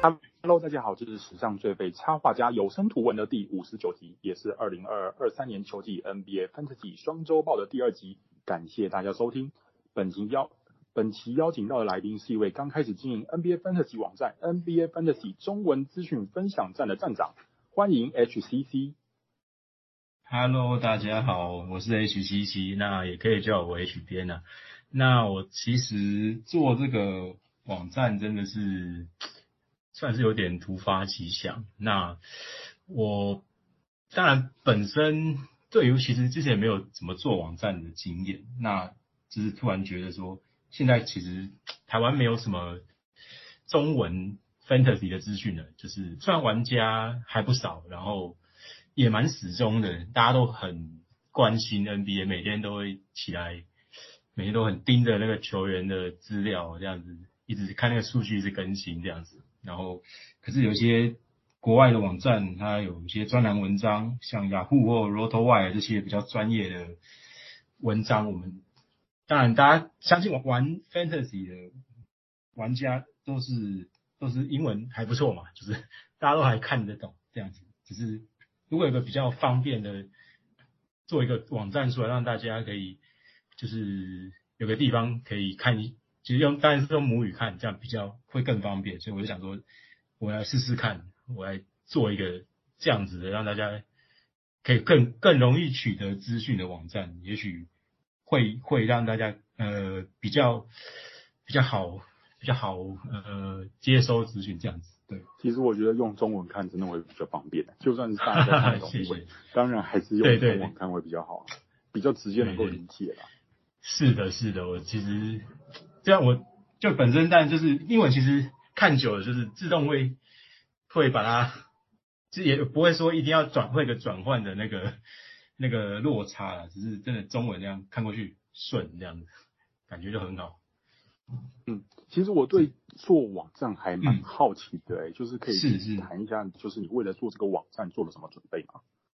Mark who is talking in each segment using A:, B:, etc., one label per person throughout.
A: Hello，大家好，这是史上最废插画家有声图文的第59集，也是2022-23年球季 NBA Fantasy 双周报的第2集。感谢大家收听。本期邀请到的来宾是一位刚开始经营 NBA Fantasy 网站 NBA Fantasy 中文资讯分享站的站长，欢迎 HCC。
B: Hello， 大家好，我是 HCC， 那也可以叫我 H 边啊。那我其实做这个网站真的是算是有点突发奇想。那我当然本身对于其实之前没有怎么做网站的经验，那就是突然觉得说，现在其实台湾没有什么中文 fantasy 的资讯了，就是虽然玩家还不少，然后也蛮死忠的，大家都很关心 NBA， 每天都会起来，每天都很盯着那个球员的资料，这样子一直看那个数据一直更新这样子。然后，可是有些国外的网站，它有一些专栏文章，像雅虎或 RotoWire 这些比较专业的文章，我们当然大家相信玩 Fantasy 的玩家都是英文还不错嘛，就是大家都还看得懂这样子。只是如果有个比较方便的做一个网站出来，让大家可以就是有个地方可以看，其实当然是用母语看，这样比较会更方便。所以我就想说，我来试试看，我来做一个这样子的，让大家可以更容易取得资讯的网站，也许会让大家比较好接收资讯这样子。对，
A: 其实我觉得用中文看真的会比较方便，就算是大家都看得懂英文，当然还是用中文看会比较好，比较直接能够理解啦。
B: 是的，我其实这样我就本身当然就是英文，其实看久了就是自动会把它，就也不会说一定要会个转换的那个落差啦，只是真的中文这样看过去顺这样子，感觉就很好。
A: 其实我对做网站还蛮好奇的就是可以谈一下，就是你为了做这个网站做了什么准备吗？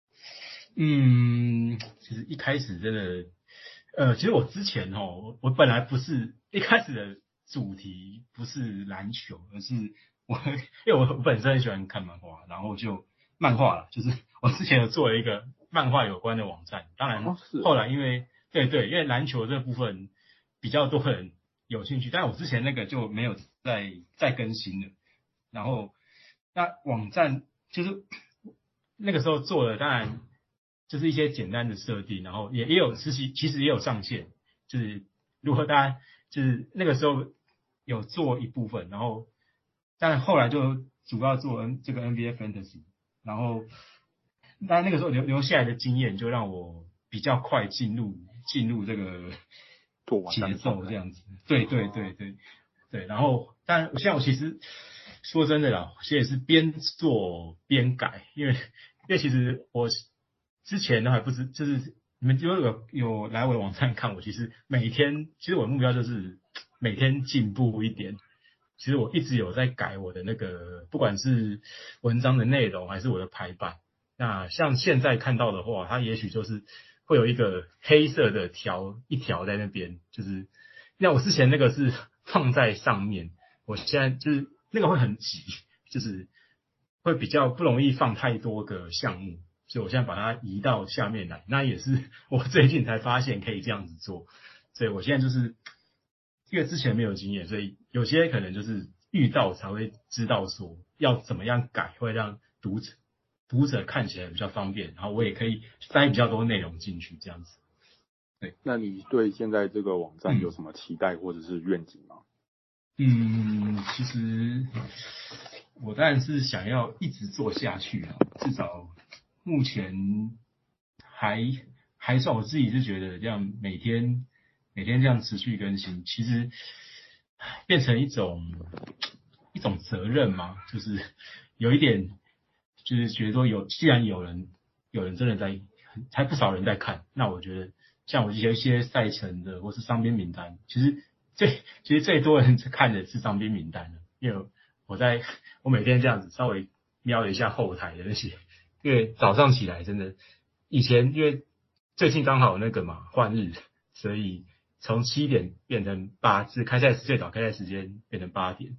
B: 其实一开始真的，其实我之前我本来不是一开始的主题不是篮球，而是因为我本身很喜欢看漫画，然后就漫画了，就是我之前有做了一个漫画有关的网站，当然后来因为因为篮球这部分比较多人有兴趣，但我之前那个就没有再更新了。然后那网站就是那个时候做了，当然就是一些简单的设定，然后也有其实也有上线，就是如果大家就是那个时候有做一部分，然后但后来就主要做这个 NBA Fantasy， 然后当然那个时候留下来的经验就让我比较快进入这个节奏这样子。对，然后但现在我其实说真的啦，其实也是边做边改，因为其实我之前都还不知，就是你们有来我的网站看我，其实我的目标就是每天进步一点。其实我一直有在改我的那个，不管是文章的内容还是我的排版。那像现在看到的话，它也许就是会有一个黑色的一条在那边，就是那我之前那个是放在上面，我现在就是那个会很挤，就是会比较不容易放太多个项目，所以我现在把它移到下面来。那也是我最近才发现可以这样子做，所以我现在就是因为之前没有经验，所以有些可能就是遇到才会知道说要怎么样改，会让读者看起来比较方便，然后我也可以塞比较多内容进去，这样子。对，
A: 那你对现在这个网站有什么期待或者是愿景吗？
B: 其实我当然是想要一直做下去啊，至少目前还算我自己是觉得这样每天这样持续更新，其实变成一种责任嘛，就是有一点就是觉得说既然有人真的还不少人在看，那我觉得像我有一些赛程的或是伤兵名单，其实最多人看的是伤兵名单的，因为我每天这样子稍微瞄了一下后台的那些，因为早上起来真的以前因为最近刚好那个嘛换日，所以从7点变成最早开赛时间变成8点，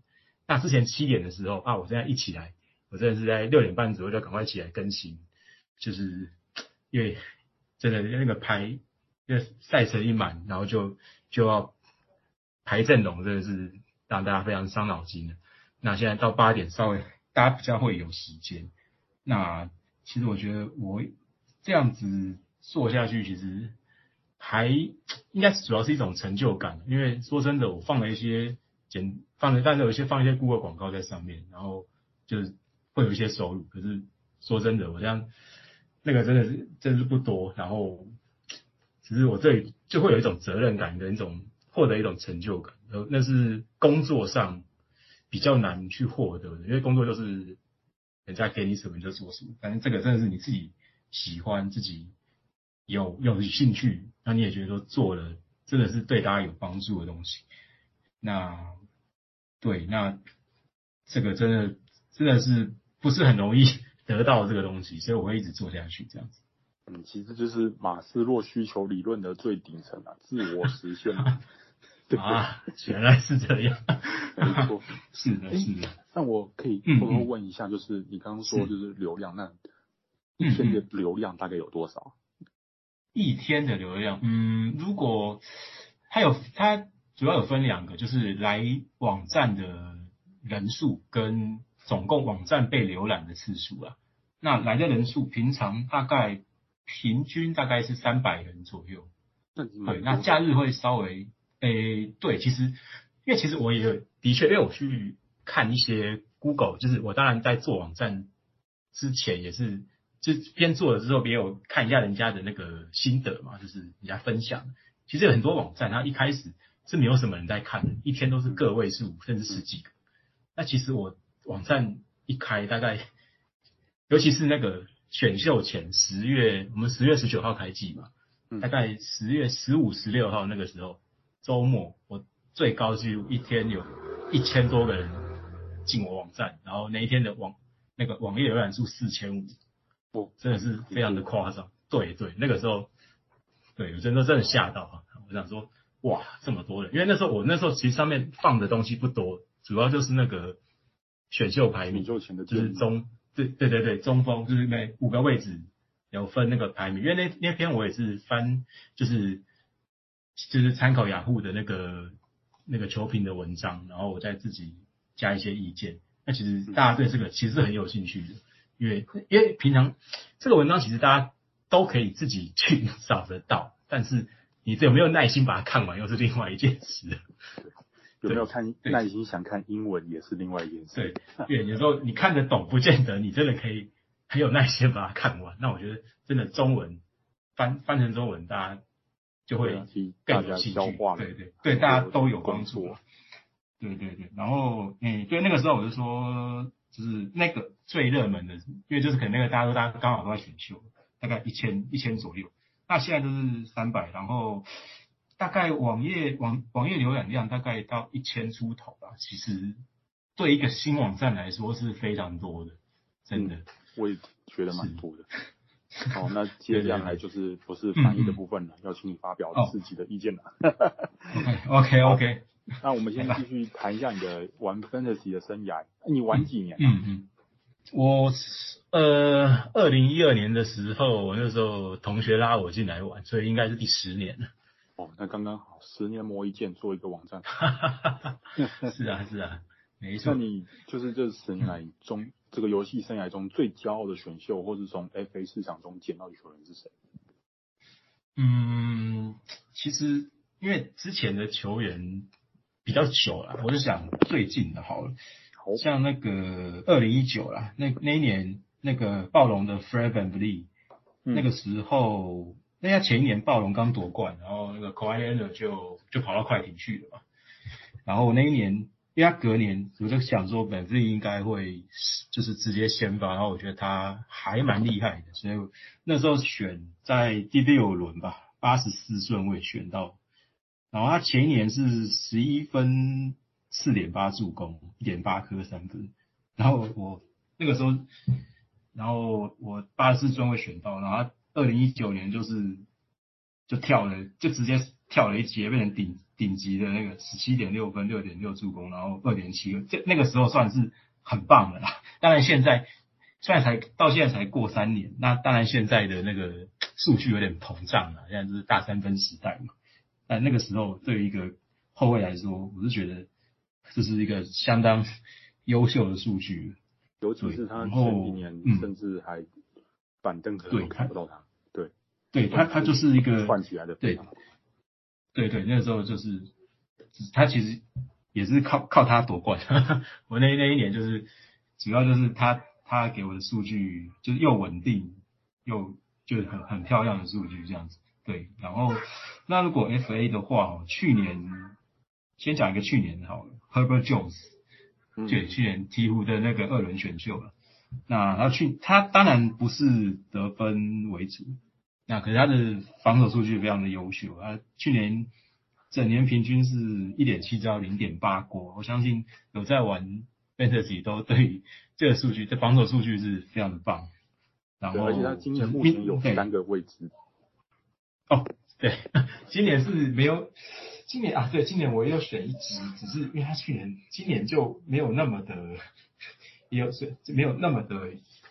B: 那之前7点的时候啊，我现在一起来，我真的是在6点半左右就赶快起来更新，就是因为真的那个排那个赛程一满，然后就要排阵容，真的是让大家非常伤脑筋的。那现在到8点稍微大家比较会有时间。那其实我觉得我这样子做下去，其实还应该主要是一种成就感，因为说真的，我放了一些但是有一些放一些 Google 广告在上面，然后就是会有一些收入。可是说真的，我这样那个真是不多，然后只是我这里就会有一种责任感跟一种获得一种成就感，那是工作上比较难去获得的，因为工作就是人家给你什么你就做什么，反正这个真的是你自己喜欢、自己有兴趣，那你也觉得说做了真的是对大家有帮助的东西。那对，那这个真的是不是很容易得到这个东西，所以我会一直做下去这样子。
A: 其实就是马斯洛需求理论的最顶层啊，自我实现啊。对
B: 啊，原来是这样，
A: 没错，
B: 是的，是的。
A: 那我可以偷偷问一下，就是你刚刚说就是流量，那一天的流量大概有多少？
B: 一天的流量，如果它主要有分2个，就是来网站的人数跟总共网站被浏览的次数啊。那来的人数平常平均大概是300人左右。对，那假日会稍微，对，因为其实我也有的确，因为我去看一些 Google，就是我当然在做网站之前也是，就边做了之后，也有看一下人家的那个心得嘛，就是人家分享。其实有很多网站，它一开始是没有什么人在看的，一天都是个位数甚至10几个。那其实我网站一开，大概尤其是那个选秀前我们10月19号开季嘛。大概10月15、16号那个时候，周末我最高纪录一天有1000多个人进我网站，然后那一天的那个网页浏览数4500，真的是非常的夸张。对，那个时候，对我真的吓到，我想说，哇，这么多人，因为我那时候其实上面放的东西不多，主要就是那个选秀排名，就是对，中锋就是那5个位置。有分那个排名，因为那篇我也是翻，就是参考雅虎的那个球评的文章，然后我再自己加一些意见。那其实大家对这个其实是很有兴趣的，因为平常这个文章其实大家都可以自己去找得到，但是你有没有耐心把它看完又是另外一件事。
A: 有没有耐心想看英文也是另外一件事。
B: 对，有时候你看得懂，不见得你真的可以很有耐心把它看完。那我觉得真的中文翻成中文，大家就会更有兴趣。对，大家都有帮助。对。然后，对，那个时候我就说，就是那个最热门的，因为就是可能那个大家刚好都在选秀，大概1000左右。那现在都是300，然后大概网页浏览量大概到1000出头吧。其实对一个新网站来说是非常多的，真的。
A: 我也觉得蛮多的。好，那接下来就是不是翻译的部分了，要请你发表自己的意见了。
B: OK。
A: 那我们先继续谈一下你的玩 Fantasy 的生涯。你玩几年？
B: 我2012年的时候，我那时候同学拉我进来玩，所以应该是第10年了。
A: 那刚刚好，10年磨一剑做一个网站。
B: 是啊，没错。
A: 那你就是这10年来中，这个游戏生涯中最骄傲的选秀，或是从 FA 市场中捡到的球员是谁？
B: 其实因为之前的球员比较久了，我就想最近的好了。像那个2019啦，那一年那个暴龙的 Fred VanVleet，那个时候，那他前一年暴龙刚夺冠，然后那个 Kawhi Leonard 就跑到快艇去了嘛。然后那一年，因为他隔年，我就想说 VanVleet 应该会就是直接先发，然后我觉得他还蛮厉害的，所以那时候选在第6轮吧，84顺位选到。然后他前一年是11分4.8助攻，1.8颗3分。然后我那个时候，然后我84顺位选到，然后他2019年就跳了，就直接跳了一阶，变成顶级的那个17.6分、6.6助攻，然后2.7个，这那个时候算是很棒的啦。当然现在虽然到现在才过3年，那当然现在的那个数据有点膨胀了，现在就是大三分时代嘛。但那个时候对于一个后卫来说，我是觉得这是一个相当优秀的数据。
A: 尤其是他前几年甚至还板凳可能都看不到他。对，
B: 他就是一个
A: 串起来的非常好。
B: 对，那个时候就是他其实也是靠他夺冠。我那一年就是主要就是他给我的数据就是又稳定又就是很漂亮的数据这样子。对，然后那如果 FA 的话，去年先讲一个去年好了 ，Herbert Jones， 对，去年鹈鹕的那个2轮选秀了。那他当然不是得分为主，那可是他的防守数据非常的优秀啊，去年整年平均是 1.7 到 0.8锅，我相信有在玩 Fantasy 都对于这个数据，这防守数据是非常的棒。然后
A: 而且他今年目前有3个位置。
B: 哦，对，今年是没有，今年我又选一支，只是因为他今年就没有那么的，没有那么的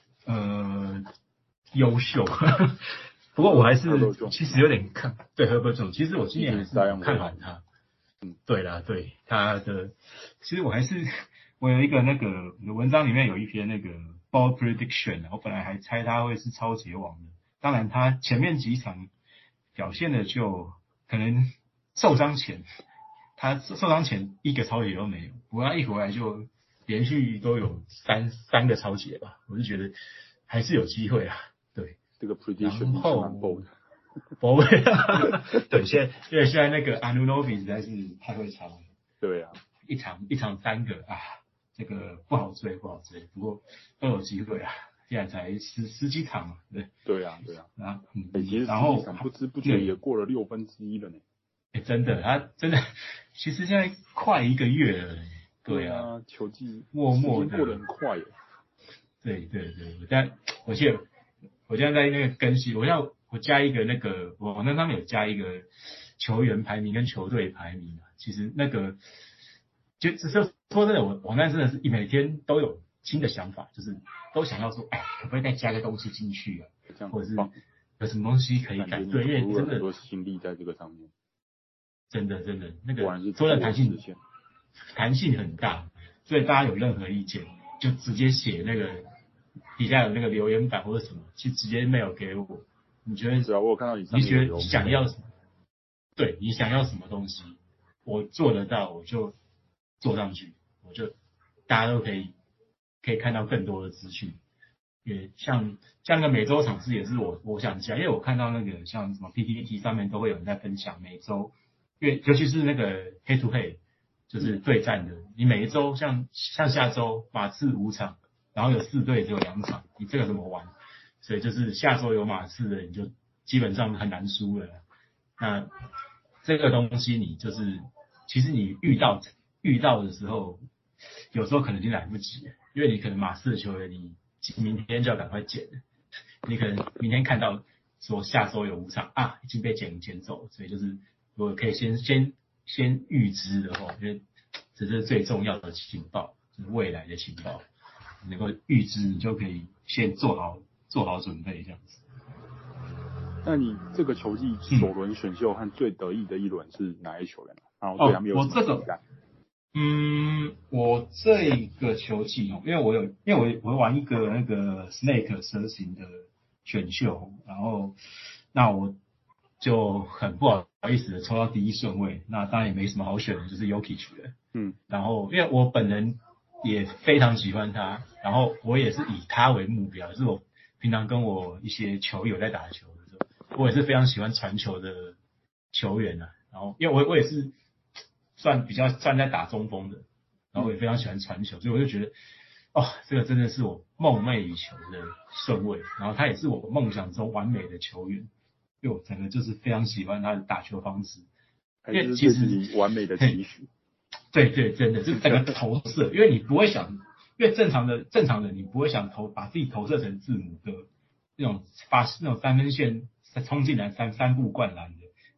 B: 优秀。不过我还是其实有点看对 Herbert Jones， 其实我今年还是看好他。对啦，对他的，其实我有一个那个文章里面有一篇那个 ball prediction， 我本来还猜他会是超级王的，当然他前面几场表现的就可能受伤前一个超级都没有，不过他一回来就连续都有三个超级吧，我就觉得还是有机会啊。对，
A: 这个 prediction 是蛮 bold 的。
B: 不会，对，因为现在那个 Anunoby 实在是太会抄了。
A: 对啊，
B: 一场3个啊，这个不好追，不过都有机会啊。现在才十几场嘛，对。
A: 对啊。其实
B: 然后
A: 不知不觉也过了1/6了呢。
B: 真的，他真的，其实现在快1个月了。对啊，
A: 球季
B: 默默的
A: 过得很快耶。
B: 对，我现在在那个更新，我加一个那个，我那上面有加一个球员排名跟球队排名啊。其实那个就只是说真的，我网站真的是每天都有新的想法，就是都想要说，哎，可不可以再加个东西进去啊？或者是有什么东西可以改？对，因为真的
A: 很多心力在这个上面。
B: 真的，那个说的弹性很大，所以大家有任何意见就直接写那个底下有那个留言板或者什么，去直接 mail 给我。你觉得？
A: 是啊，我有看到
B: 你觉得想要什么？对，你想要什么东西，我做得到，我就做上去，大家都可以看到更多的资讯。也像那个每周场次也是我想加，因为我看到那个像什么 PTT 上面都会有人在分享每周，因为尤其是那个 head to head 就是对战的，你每一周像下周马刺5场，然后有4队只有2场，你这个怎么玩？所以就是下周有马刺的，你就基本上很难输了。那这个东西你就是其实你遇到的时候，有时候可能已经来不及了，因为你可能马刺的球员你明天就要赶快捡了，你可能明天看到说下周有5场啊，已经被捡走了，所以就是如果可以先预知的话，我觉得这是最重要的情报，就是未来的情报，能够预知，你就可以先做好准备这样子。
A: 那你这个球季首轮选秀和最得意的一轮是哪一球员？然后对他们有什么期待？
B: 我这个球季因为我会玩一个那个 Snake 蛇形的选秀，然后那我就很不好意思的抽到第1顺位，那当然也没什么好选的，就是 Jokic 了。然后因为我本人也非常喜欢他，然后我也是以他为目标，就是我平常跟我一些球友在打球的时候，我也是非常喜欢传球的球员啊。然后因为我也是算在打中锋的，然后我也非常喜欢传球，所以我就觉得，这个真的是我梦寐以求的顺位，然后他也是我梦想中完美的球员，因为我整个就是非常喜欢他的打球方式，因为其实
A: 完美的期许。
B: 对，真的是整个投射，因为你不会想，因为正常的你不会想把自己投射成字母哥那种把那种3分线冲进来三步灌篮的，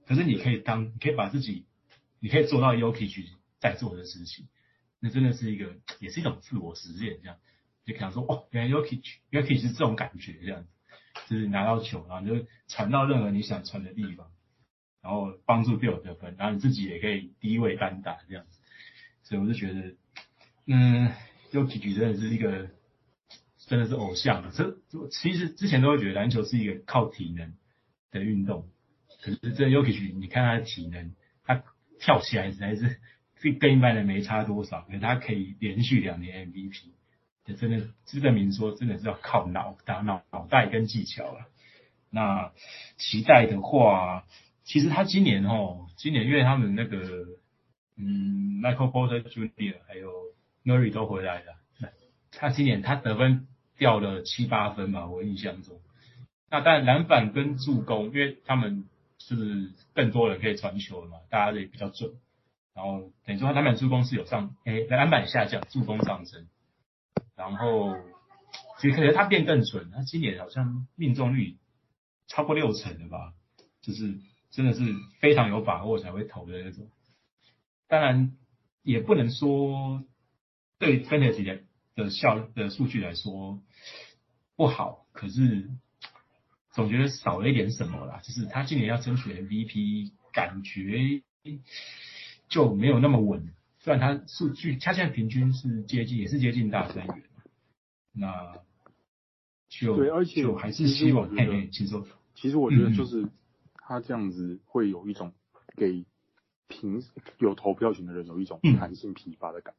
B: 可是你可以把自己，你可以做到 Jokic 在做的事情，那真的是也是一种自我实现，这样就可以说哦，原来 Jokic 是这种感觉，这样子，就是拿到球，然后你就传到任何你想传的地方，然后帮助队友得分，然后你自己也可以低位单打这样子，所以我就觉得，Jokic 真的是真的是偶像。其实之前都会觉得篮球是一个靠体能的运动，可是这 Jokic 你看他的体能，他跳起来实在是跟一般人没差多少，可是他可以连续2年 MVP， 真的是证明说真的是要靠脑袋跟技巧了。那期待的话，其实他今年因为他们那个Michael Porter Jr. 还有 Murray 都回来了，他今年他得分掉了7、8分吧，我印象中。那当然篮板跟助攻，因为他们是更多人可以传球了嘛，大家也比较准。然后等于说他篮板助攻是有篮板下降，助攻上升。然后其实可能他变更准，他今年好像命中率超过60%了吧，就是真的是非常有把握才会投的那种。当然也不能说对 Fantasy 的数据来说不好，可是总觉得少了一点什么啦，就是他今年要争取 MVP， 感觉就没有那么稳。虽然他数据他现在平均是也是接近大3元，那
A: 对，而且
B: 就还是希望
A: 其实我觉得就是他这样子会有一种给有投票权的人有一种弹性疲乏的感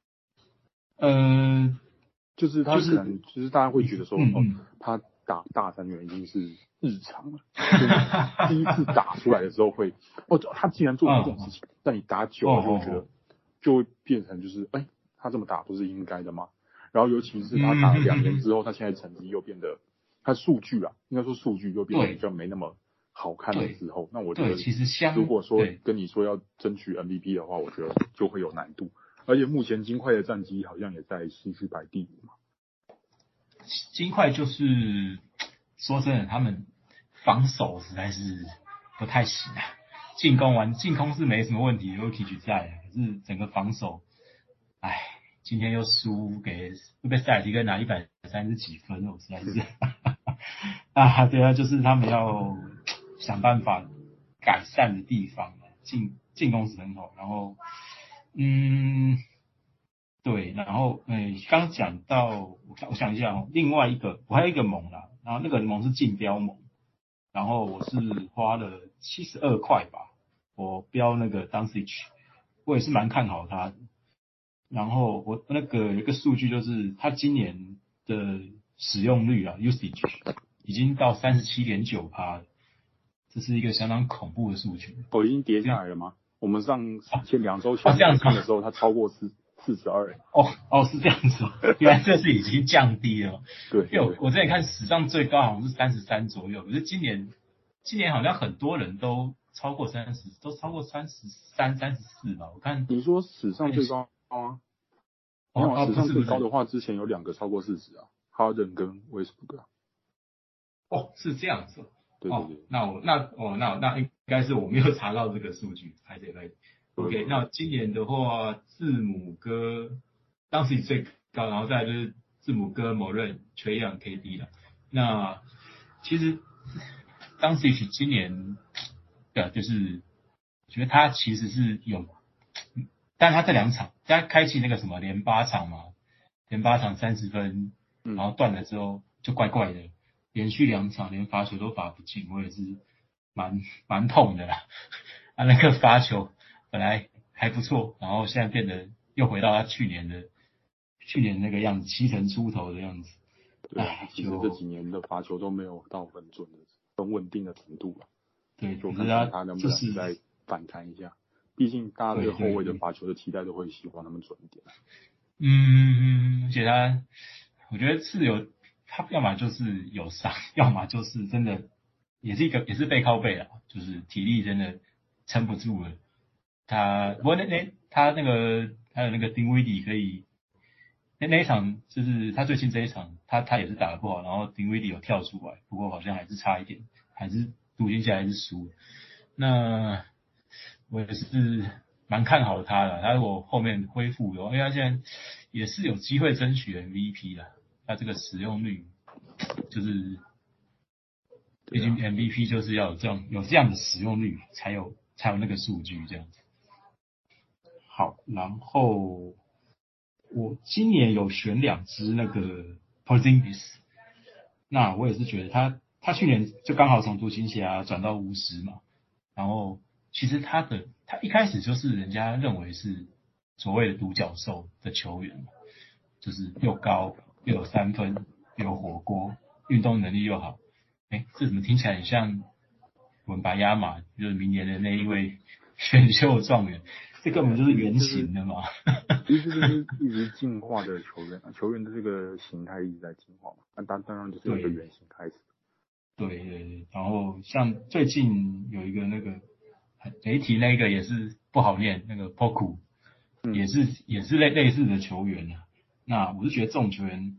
A: 觉。就是他可能就是大家会觉得说，他打大3元已经是日常了，就是第一次打出来的时候会，他竟然做出这种事情，但你打久了就会觉得，就会变成就是，他这么打不是应该的吗？然后尤其是他打了2年之后，他现在成绩又变得，他数据应该说数据又变得比较没那么好看的时候，那我觉得，
B: 其实
A: 如果说跟你说要争取 MVP 的话，我觉得就会有难度。而且目前金块的战绩好像也在西区排第5嘛。
B: 金块就是说真的，他们防守实在是不太行啊。进攻是没什么问题，有 Jokic 在，可是整个防守，今天又被塞尔提克拿130几分，我实在是对啊，就是他们要想办法改善的地方，进攻是很好，然后对，然后刚讲到我想一下另外一个我还有一个盟啦，然后那个盟是竞标盟，然后我是花了72块吧，我标那个 Doncic， 我也是蛮看好他的。然后我那个有一个数据就是他今年的使用率usage 已经到 37.9% 了，这是一个相当恐怖的数据。
A: 已经跌下来了吗？我们前2周前看的时候，它超过42。
B: 是这样子，原来这是已经降低了。
A: 对，
B: 因为我之前看史上最高好像是33左右，可是今年好像很多人都超过30，都超过33、34吧。我看
A: 你说史上最高吗？史上最高的话，之前有2个超过40啊，哈登跟威斯布鲁克。
B: 是这样子。
A: 对。
B: 那应该是我没有查到这个数据，拍对。OK， 那今年的话，字母哥当时最高，然后再来就是字母哥、某人、垂杨、KD 了。那其实当时今年就是我觉得他其实是有，但他这2场，他开启那个什么连8场嘛，连8场30分，然后断了之后就怪怪的，连续2场连罚球都罚不进，我也是蛮痛的啦。那个罚球本来还不错，然后现在变得又回到他去年那个样子，7成出头的样子。
A: 对，其实这几年的罚球都没有到很准的、很稳定的程度了。
B: 对，
A: 就看看他能不能再反弹一下。毕竟大家对后卫的罚球的期待都会希望他们准一点。
B: 而且我觉得他要么就是有伤，要么就是真的也是背靠背啦，就是体力真的撑不住了。不过他的那个丁威迪可以，那一场就是他最近这一场，他也是打得不好，然后丁威迪有跳出来，不过好像还是差一点，还是独行侠还是输了。 那我也是蛮看好他的，他如果后面恢复的话，因为他现在也是有机会争取 MVP 的，他这个使用率就是毕竟 MVP 就是要有这样的使用率才有那个数据这样子。好，然后我今年有选2支那个 Porzingis， 那我也是觉得他去年就刚好从独行侠转到巫师嘛，然后其实他一开始就是人家认为是所谓的独角兽的球员嘛，就是又高又有3分又有火锅，运动能力又好。这怎么听起来很像文白亚马，就是明年的那一位选秀状元？这根本就是原型的嘛。
A: 其实就是一直进化的球员啊，球员的这个形态一直在进化嘛。那当然就是有一个原型开始。
B: 对，然后像最近有一个那个雷霆那个也是不好念，那个 Poku，也是类似的球员啊。那我是觉得这种球员，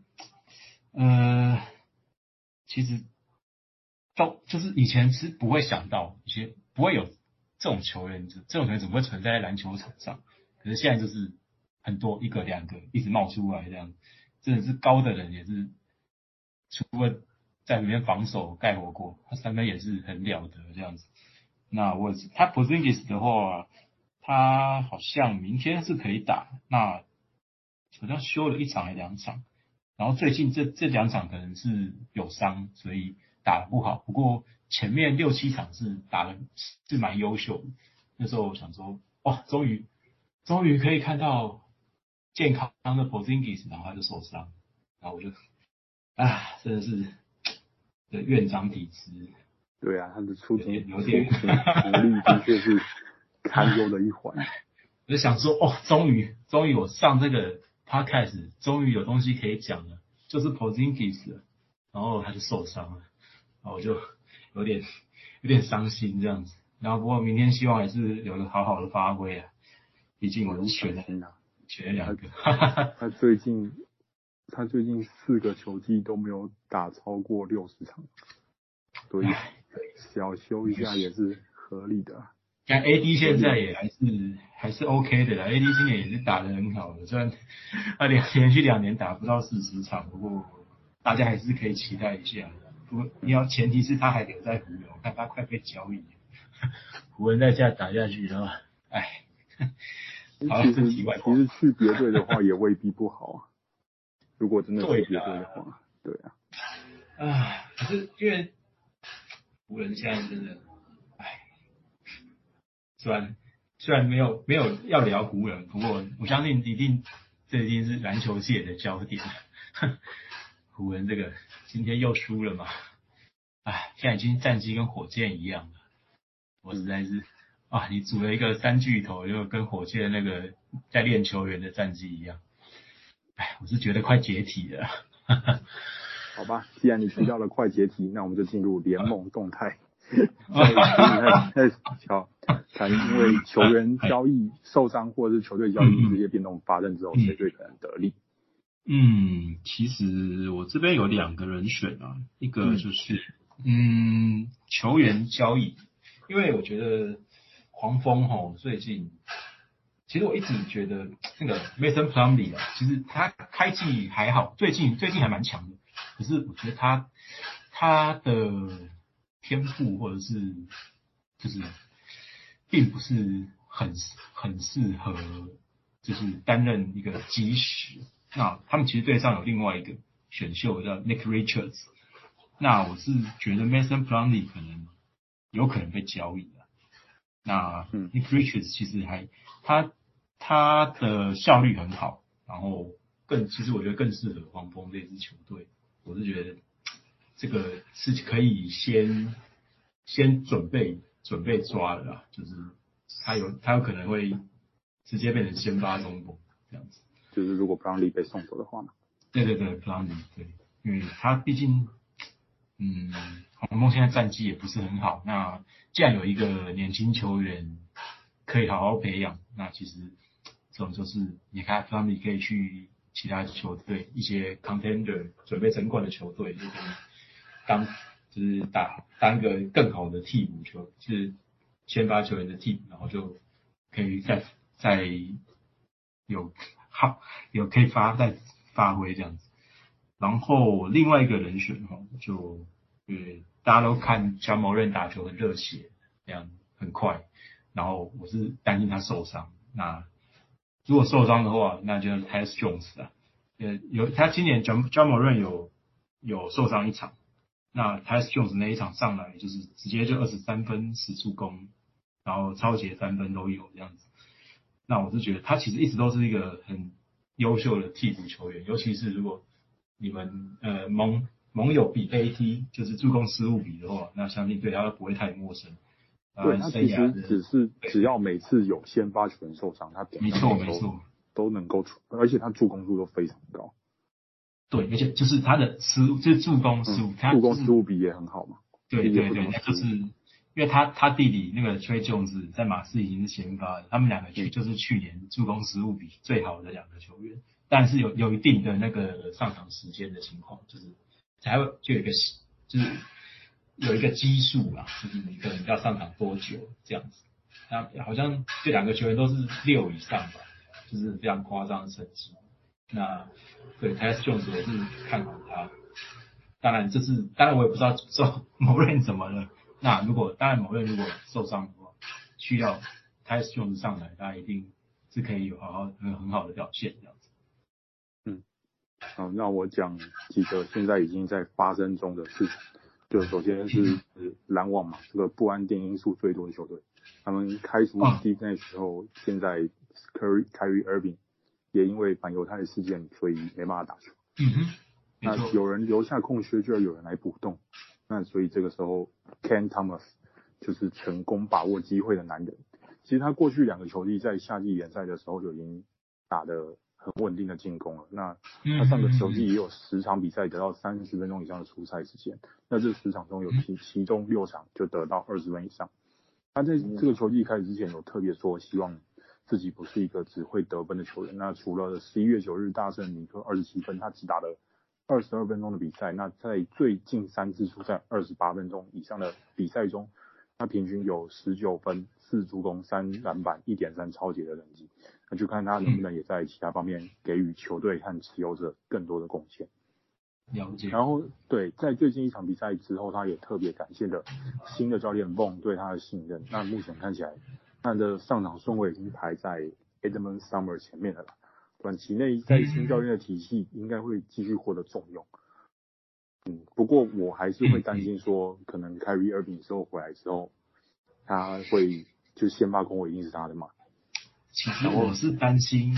B: 其实就是以前是不会想到，以前不会有这种球员，这种球员怎么会存在篮球场上？可是现在就是很多1个2个一直冒出来这样，真的是高的人也是，除了在里面防守盖火锅，他3分也是很了得这样子。那他 Porzingis 的话，他好像明天是可以打，那好像休了1场还2场，然后最近这2场可能是有伤，所以打得不好。不过前面6、7场是打得是蛮优秀的。那时候我想说，哇，终于可以看到健康的 Porzingis， 然后他就受伤，然后我就真的是院长体质。
A: 对啊，他的出勤
B: 有点
A: 福利的确是堪忧的一环。
B: 我就想说，终于我上这个 podcast， 终于有东西可以讲了，就是 Porzingis 了，然后他就受伤了，然后我就有点伤心这样子。然后不过明天希望还是有个好好的发挥啊，毕竟我是选了2个。
A: 他最近4个球季都没有打超过60场，所以小休一下也是合理的。
B: 像 AD 现在也还是 OK 的啦，AD 今年也是打得很好的，虽然他连续2年打不到40场，不过大家还是可以期待一下。不过前提是他还留在湖人，我看他快被交易了，湖人再这样打下去的话，好，
A: 其实去别队的话也未必不好啊。如果真的去别队的话，对啊。
B: 可是因为湖人现在真的，虽然没有要聊湖人，不过我相信这一定是篮球界的焦点。湖人这个今天又输了嘛，现在已经战绩跟火箭一样了，我实在是你组了一个3巨头，又跟火箭那个在练球员的战绩一样，我是觉得快解体了。
A: 好吧，既然你提到了快解体，那我们就进入联盟动态。看因为球员交易受伤或者是球队交易这些变动发生之后，谁最可能得利？
B: 其实我这边有2个人选啊，一个就是球员交易，因为我觉得黄蜂最近，其实我一直觉得那个 Mason Plumlee 其实他开季还好，最近还蛮强的，可是我觉得他的天赋或者是就是并不是很适合就是担任一个基石。那他们其实队上有另外一个选秀叫 Nick Richards， 那我是觉得 Mason Plumlee 有可能被交易的。那Nick Richards 其实他的效率很好，然后其实我觉得更适合黄蜂这支球队。我是觉得这个是可以先准备抓的啦，就是他有可能会直接变成先发中锋这样子。
A: 就是如果布朗利被送走的话嘛。
B: 对，布朗利对，因为他毕竟黄蜂现在战绩也不是很好，那既然有一个年轻球员可以好好培养，那其实这种就是你看布朗利可以去其他球队，一些 contender 准备争冠的球队，就可以当个更好的替补球， 先发球员的替补，然后就可以再有可以再发挥这样子。然后另外一个人选就大家都看John Moran打球很热血，这样很快，然后我是担心他受伤。那如果受伤的话，那就 Tyus Jones 啊，他今年 John Moran 有受伤一场，那 Tyus Jones 那一场上来就是直接就23分10助攻，然后超节3分都有这样子。那我是觉得他其实一直都是一个很优秀的替补球员，尤其是如果你们盟友比 AT 就是助攻失误比的话，那相信对他都不会太陌生。
A: 对，他其实只要每次有先发球员受伤，他
B: 没错
A: 都能够出，而且他助攻数都非常高。
B: 对，而且就是他的失误，就是助攻失误，
A: 助攻失误比也很好嘛。
B: 对，就是因为他弟弟那个 Tre Jones 在马刺已经是先发的，他们两个就是去年助攻失误比最好的两个球员，但是有一定的那个上场时间的情况，就是才会就有一个就是有一个基数啦，就是你可能要上场多久这样子。那好像这两个球员都是6以上吧，就是非常夸张的成绩。那对 Tyus Jones 我是看好他，当然我也不知道Moran怎么了。那当然Moran如果受伤的话，需要 Tyus Jones 上来，他一定是可以有很好的表现这样子。
A: 好，那我讲几个现在已经在发生中的事情。就首先是篮网嘛，这个不安定因素最多的球队，他们开除 Steve Nash 后，现在 Kyrie Irving 也因为反犹太事件，所以没办法打球。那有人留下空缺，就要有人来补洞。那所以这个时候 Cam Thomas 就是成功把握机会的男人。其实他过去2个球季在夏季联赛的时候就已经打得很稳定的进攻了。那他上个球季也有10场比赛得到30分钟以上的出赛时间。那这10场中有其中6场就得到20分以上。他在这个球季开始之前有特别说，希望自己不是一个只会得分的球员。那除了11月9日大胜尼克27分，他只打了22分钟的比赛。那在最近3次出赛28分钟以上的比赛中，他平均有19分、4助攻、3篮板、1.3超节的成绩。那就看他能不能也在其他方面给予球队和持有者更多的贡献。
B: 了解。
A: 然后对，在最近一场比赛之后，他也特别感谢了新的教练 Vaughn 对他的信任。那目前看起来，他的上场顺位已经排在 Edmond Sumner 前面了。短期内在新教练的体系应该会继续获得重用。不过我还是会担心说，可能 Kyrie Irving 之后回来之后，他会就先发控卫一定是他的嘛。
B: 其实我是担心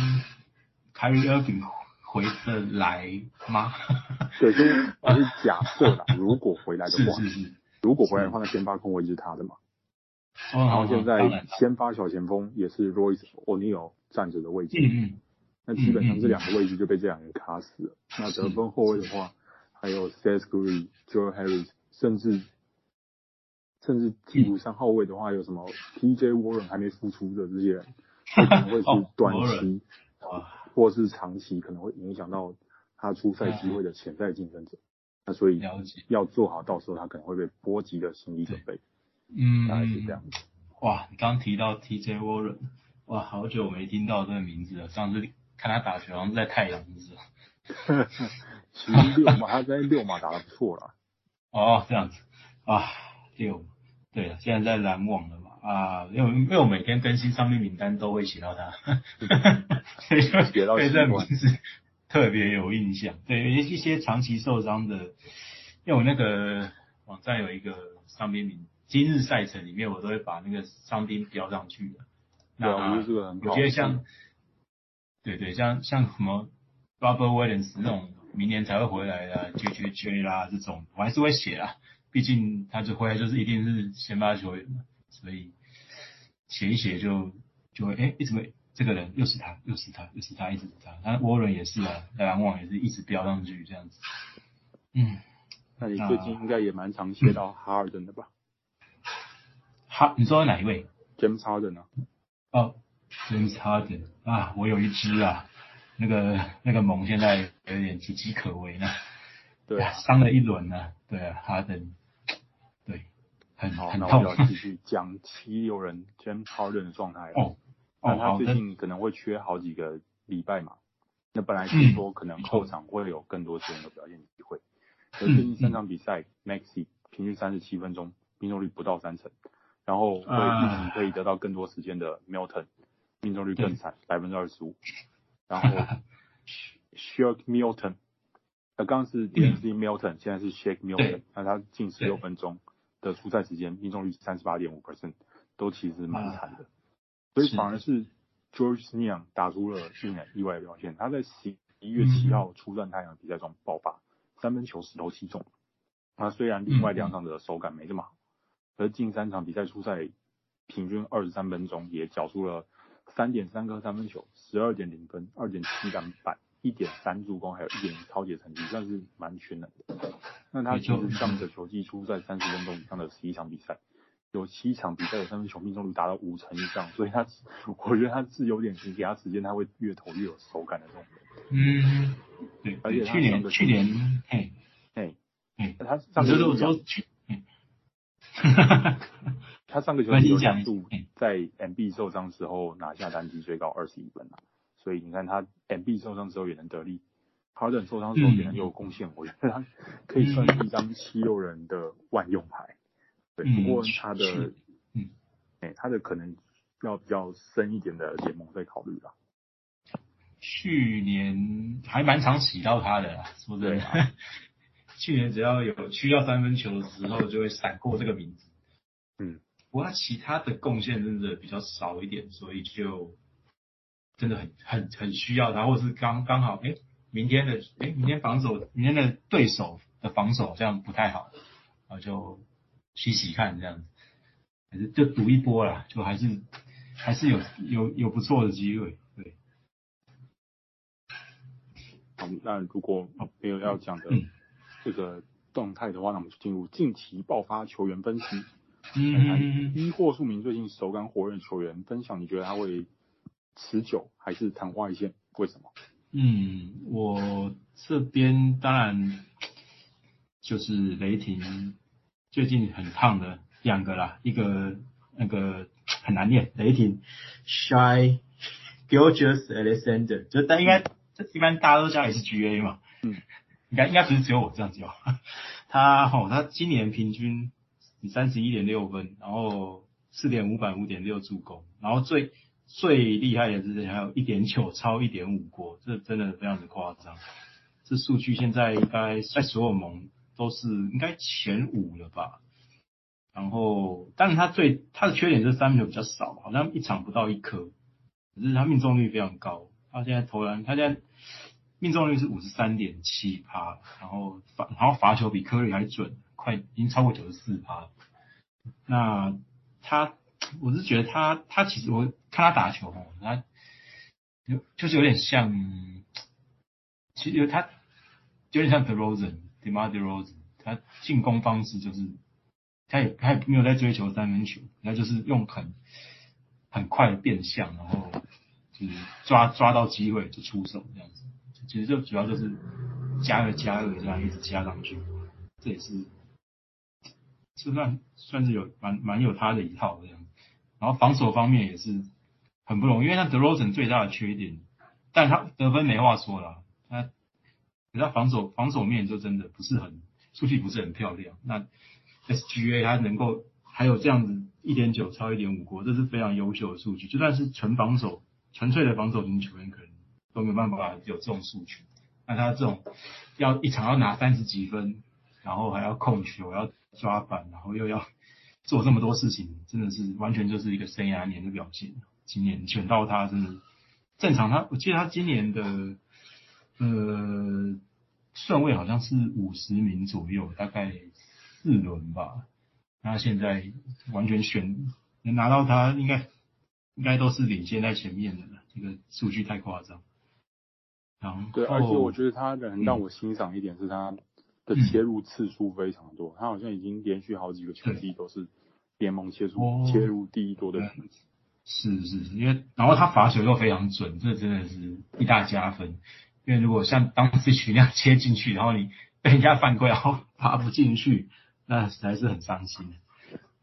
B: Kyrie Irving 回得来吗？
A: 对，就是假设啦，如果回来的话，
B: 是
A: 如果回来的话，那先发控卫就是他的嘛。然后现在先发小前锋也是 Royce O'Neal 站着的位置。那基本上这2个位置就被这2人卡死了。那得分后卫的话，还有 Seth Curry、Joe Harris， 甚至替补上后卫的话，有什么 TJ Warren 还没复出的这些人，可能会是短期或是长期可能会影响到他出赛机会的潜在竞争者。那所以要做好到时候他可能会被波及的心理准备。大概是这样子。
B: 哇，你刚提到 TJ Warren， 哇，好久没听到这个名字了。上次看他打球好像是在太阳，是吧？
A: 其实他在6马打得不错啦。
B: 这样子啊，6，对了，现在在篮网了嘛啊，因为我每天更新伤病名单都会写到他，所以就对这名字特别有印象。对，一些长期受伤的，因为我那个网站有一个伤病名。今日赛程里面，我都会把那个伤兵标上去的。那有些像，对，像什么 Robert Williams 那种明年才会回来的 JJJ 啦这种，我还是会写啦。毕竟他就回来就是一定是先发球员嘛，所以写一写就会一直会这个人又是他，一直是他。那Warren也是啊，篮网也是一直标上去这样子。
A: 那你最近应该也蛮常写到 Harden 的吧？
B: 你说哪一位
A: ？James Harden 啊。
B: James Harden 啊，我有一支啊，那个盟现在有点岌岌可危呢。
A: 对，
B: 伤了一轮呢。对啊，Harden，对
A: 好，
B: 很痛。
A: 那我要继续讲76人 James Harden 的状态。那他最近可能会缺好几个礼拜嘛。那本来是说可能后场会有更多时间的表现机会。而最近3场比赛 ，Maxey 平均37分钟，命中率不到30%，然后会预期可以得到更多时间的 Milton， 命中率更惨25%。然后Shake Milton， 刚刚是 DNC Milton， 现在是 Shake Milton， 那他近16分钟的出赛时间，命中率38.5%， 都其实蛮惨的。所以反而是 George Niang 打出了令人意外的表现。他在11月7号出战太阳比赛中爆发，3分球10投7中。那虽然另外2场的手感没这么好，而近3场比赛出赛平均23分钟也缴出了 3.3 颗三分球， 12.0 分， 2.7 篮板， 1.3 助攻，还有 1.1 抄截成绩，算是蛮全能的。那他其实上个球季出赛30分钟以上的11场比赛，有7场比赛的三分球命中率达到50%以上，所以我觉得他是有点，你给他时间，他会越投越有手感的这种人。
B: 对，
A: 而且他
B: 去年，
A: 他上个球季他上个球季有2度在 MB 受伤时候拿下单季最高21分，所以你看他 MB 受伤之后也能得力，Harden 受伤之后也能有贡献，我觉得他可以算是一张76人的万用牌。对，不过他的可能要比较深一点的联盟再考虑啦。
B: 去年还蛮常洗到他的啦，说真的。去年只要有需要三分球的时候，就会闪过这个名字。不过他其他的贡献真的比较少一点，所以就真的很需要他，或者是刚好明天的对手的防守这样不太好，然后就洗洗看这样子，还是就赌一波啦，就还是有不错的机会。对。
A: 好，那如果没有要讲的这个动态的话，那我们就进入近期爆发球员分析。一或数名最近手感火热的球员分享，你觉得他会持久还是昙花一现？为什么？
B: 我这边当然就是雷霆最近很烫的2个啦，一个那个很难念，雷霆 Shai Gilgeous-Alexander， 就但一般大家都叫 SGA 嘛，应该不是只有我这样叫。他今年平均31.6分，然后4.5板 5.6 助攻，然后最厉害的是还有1.9超 1.5 锅，这真的非常的夸张。这数据现在应该在所有盟都是应该前5了吧。然后当然他的缺点就是三分球比较少，好像一场不到1颗，可是他命中率非常高。他现在命中率是 53.7%， 然后罚球比科里还准，已经超过 94%。那我是觉得他其实我看他打球他就是有点像，其实他有点像 DeMar DeRozan， 他进攻方式就是他也没有在追求三分球，他就是用很快的变向，然后就是抓到机会就出手这样子。其实就主要就是加2这样一直加上去，这也是算是有蛮有他的一套这样子。然后防守方面也是很不容易，因为他 DeRozan 最大的缺点，但他得分没话说啦，可是他防守面就真的数据不是很漂亮。那 SGA 他能够还有这样子 1.9 超 1.5 锅，这是非常优秀的数据，就算是纯粹的防守型球员可能都没有办法有这种数据。那他这种一场要拿30几分，然后还要控球，要抓板，然后又要做这么多事情，真的是完全就是一个生涯年的表现。今年选到他真的正常，我记得他今年的顺位好像是50名左右，大概4轮吧。那现在完全能拿到他，应该都是领先在前面的了，这个数据太夸张。
A: 对，而且我觉得他很让我欣赏一点是他的切入次数非常多，他好像已经连续好几个球季都是联盟切入第1多的球季。
B: 是，因为然后他罚球又非常准，这真的是一大加分。因为如果像当时那样切进去，然后你被人家犯规，然后罚不进去，那实在是很伤心。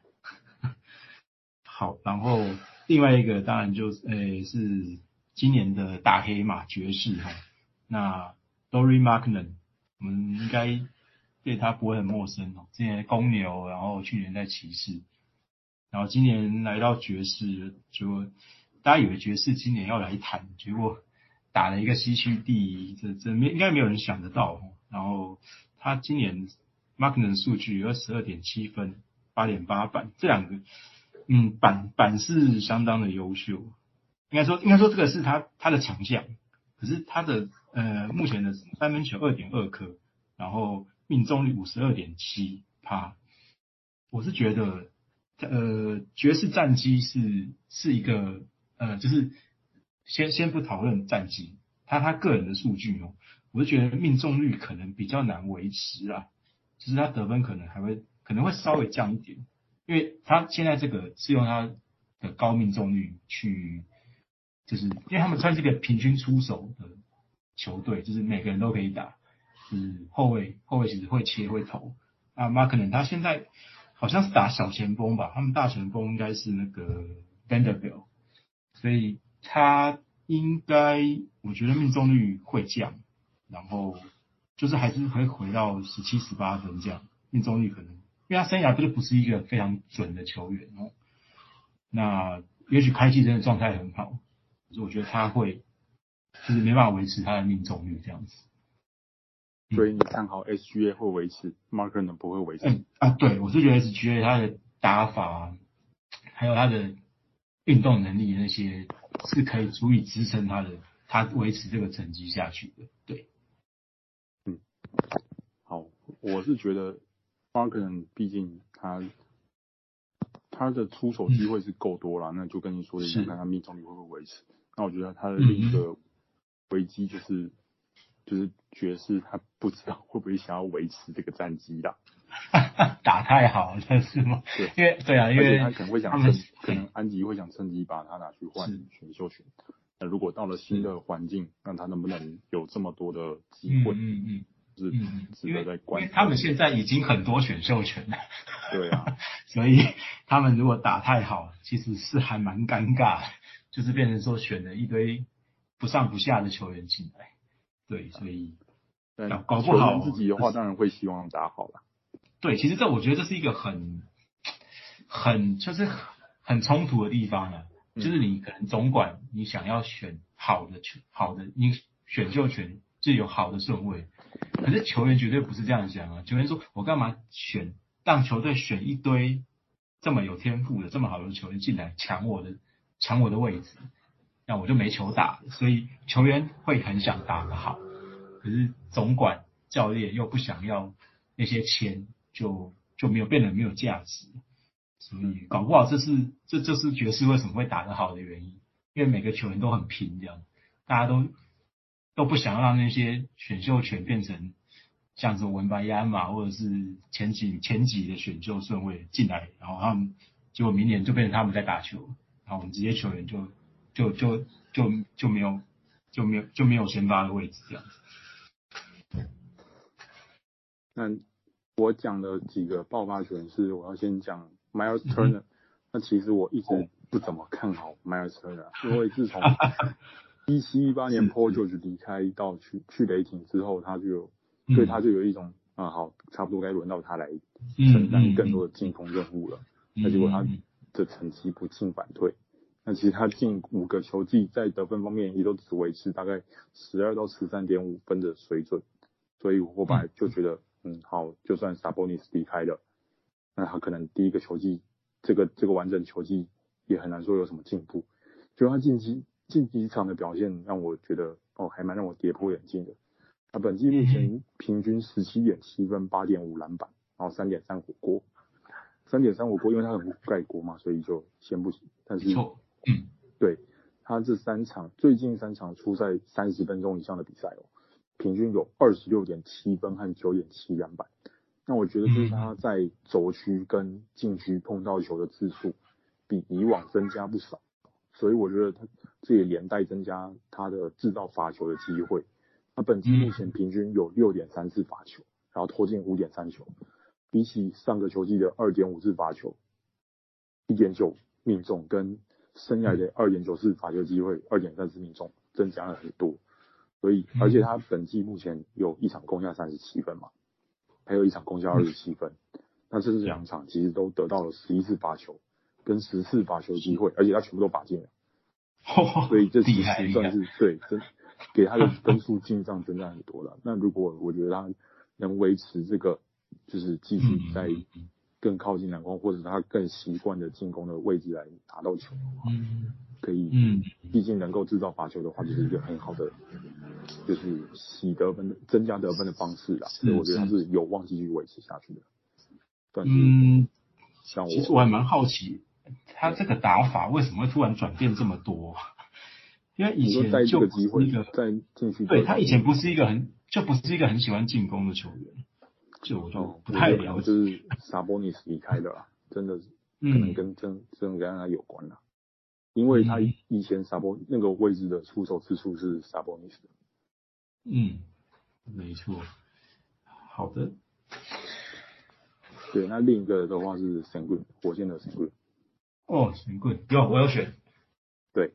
B: 好，然后另外一个当然是今年的大黑马爵士哈，那 Lauri Markkanen 我们应该对他不会很陌生哦，之前公牛，然后去年在骑士，然后今年来到爵士，结果大家以为爵士今年要来谈，结果打了一个西区第一，这应该没有人想得到。然后他今年 Markkanen 数据22.7分，8.8板，这两个板是相当的优秀，应该说这个是他的强项，可是他的目前的三分球2.2颗，然后命中率52.7%，我是觉得爵士战绩是一个就是先不讨论战绩，他个人的数据哦，我是觉得命中率可能比较难维持啊，就是他得分可能会稍微降一点，因为他现在这个是用他的高命中率去，就是因为他们算是一个平均出手的球队，就是每个人都可以打，就是后卫其实会切会投，啊Markkanen他现在好像是打小前锋吧，他们大前锋应该是那个 Vanderbilt， 所以他应该我觉得命中率会降，然后就是还是会回到17、18分这样，命中率可能，因为他生涯就不是一个非常准的球员哦。那也许开季真的状态很好，可是我觉得他会就是没办法维持他的命中率这样子。
A: 所以你看好 SGA 会维持 ，Markkanen 不会维持。
B: 对，我是觉得 SGA 他的打法，还有他的运动能力那些是可以足以支撑他维持这个成绩下去的。对，
A: 好，我是觉得 Markkanen 毕竟他的出手机会是够多啦，那就跟你说的一样，看他命中率会不会维持。那我觉得他的另一个危机就是爵士他不知道会不会想要维持这个战绩啦。
B: 打太好了是吗？
A: 对，
B: 因为
A: 他可能会想可能安吉会想趁机把他拿去换选秀权。那如果到了新的环境，那他能不能有这么多的机会？是值得在观察。
B: 因为他们现在已经很多选秀权了。
A: 对啊，
B: 所以他们如果打太好，其实是还蛮尴尬的，就是变成说选了一堆不上不下的球员进来。对，所以搞不好
A: 自己的话，当然会希望打好了。
B: 对，其实我觉得这是一个就是很冲突的地方了，就是你可能总管你想要选好的你选秀权就有好的顺位，可是球员绝对不是这样想啊，球员说我干嘛让球队选一堆这么有天赋的这么好的球员进来抢我的位置，那我就没球打，所以球员会很想打得好，可是总管教练又不想要那些钱，就变得没有价值，所以搞不好这就是爵士为什么会打得好的原因，因为每个球员都很拼，这样大家都不想让那些选秀权变成像是文白亚马或者是前几的选秀顺位进来，然后他们结果明年就变成他们在打球，然后我们这些球员就没有先发的位置这样子。
A: 那我讲的几个爆发球员是我要先讲 Miles Turner，那其实我一直不怎么看好 Miles Turner，因为自从17-18年 Paul George 离开到去雷霆之后，所以他就有一种好，差不多该轮到他来承担更多的进攻任务了。那结果他的成绩不进反退，那其实他近5个球季在得分方面也都只维持大概12到13.5分的水准，所以我本来就觉得好，就算 Sabonis 离开了，那他可能第一个球季这个完整球季也很难说有什么进步。就他近几场的表现让我觉得还蛮让我跌破眼镜的。他本季目前平均17.7分、8.5篮板，然后3.3火锅，3.3火锅，因为他很盖锅嘛，所以就先不行。但是对他最近3场出赛30分钟以上的比赛平均有26.7分和9.7篮板。那我觉得就是他在轴区跟禁区碰到球的次数比以往增加不少，所以我觉得这也连带增加他的制造罚球的机会。他本季目前平均有6.3次罚球，然后投进5.3球，比起上个球季的2.5次罚球、1.9 命中跟生涯的2.94罚球机会、2.34命中增加了很多。所以，而且他本季目前有一场攻下37分嘛，还有一场攻下27分。那这2场其实都得到了11次罚球跟10次罚球机会，而且他全部都把进了。所以这其实算是对，给他的分数进账增加很多了。那如果我觉得他能维持这个，就是继续在更靠近篮筐，或者他更习惯的进攻的位置来拿到球的话，可以，毕竟能够制造罚球的话，就是一个很好的，就是洗得分、增加得分的方式啦。所以我觉得他是有望继续维持下去的。算是，像
B: 其实我还蛮好奇，他这个打法为什么会突然转变这么多？因为以前就不是一个
A: 再进去，
B: 对他以前不是一个很喜欢进攻的球员，就我就不太了解。
A: 就是 Sabonis 离开了啦，真的可能跟他有关啦。因为他以前那个位置的出手次数是 Sabonis 的。
B: 没错。好的。
A: 对，那另一个的话是 Sengun， 火箭的 Sengun。
B: Sengun 我有选。
A: 对，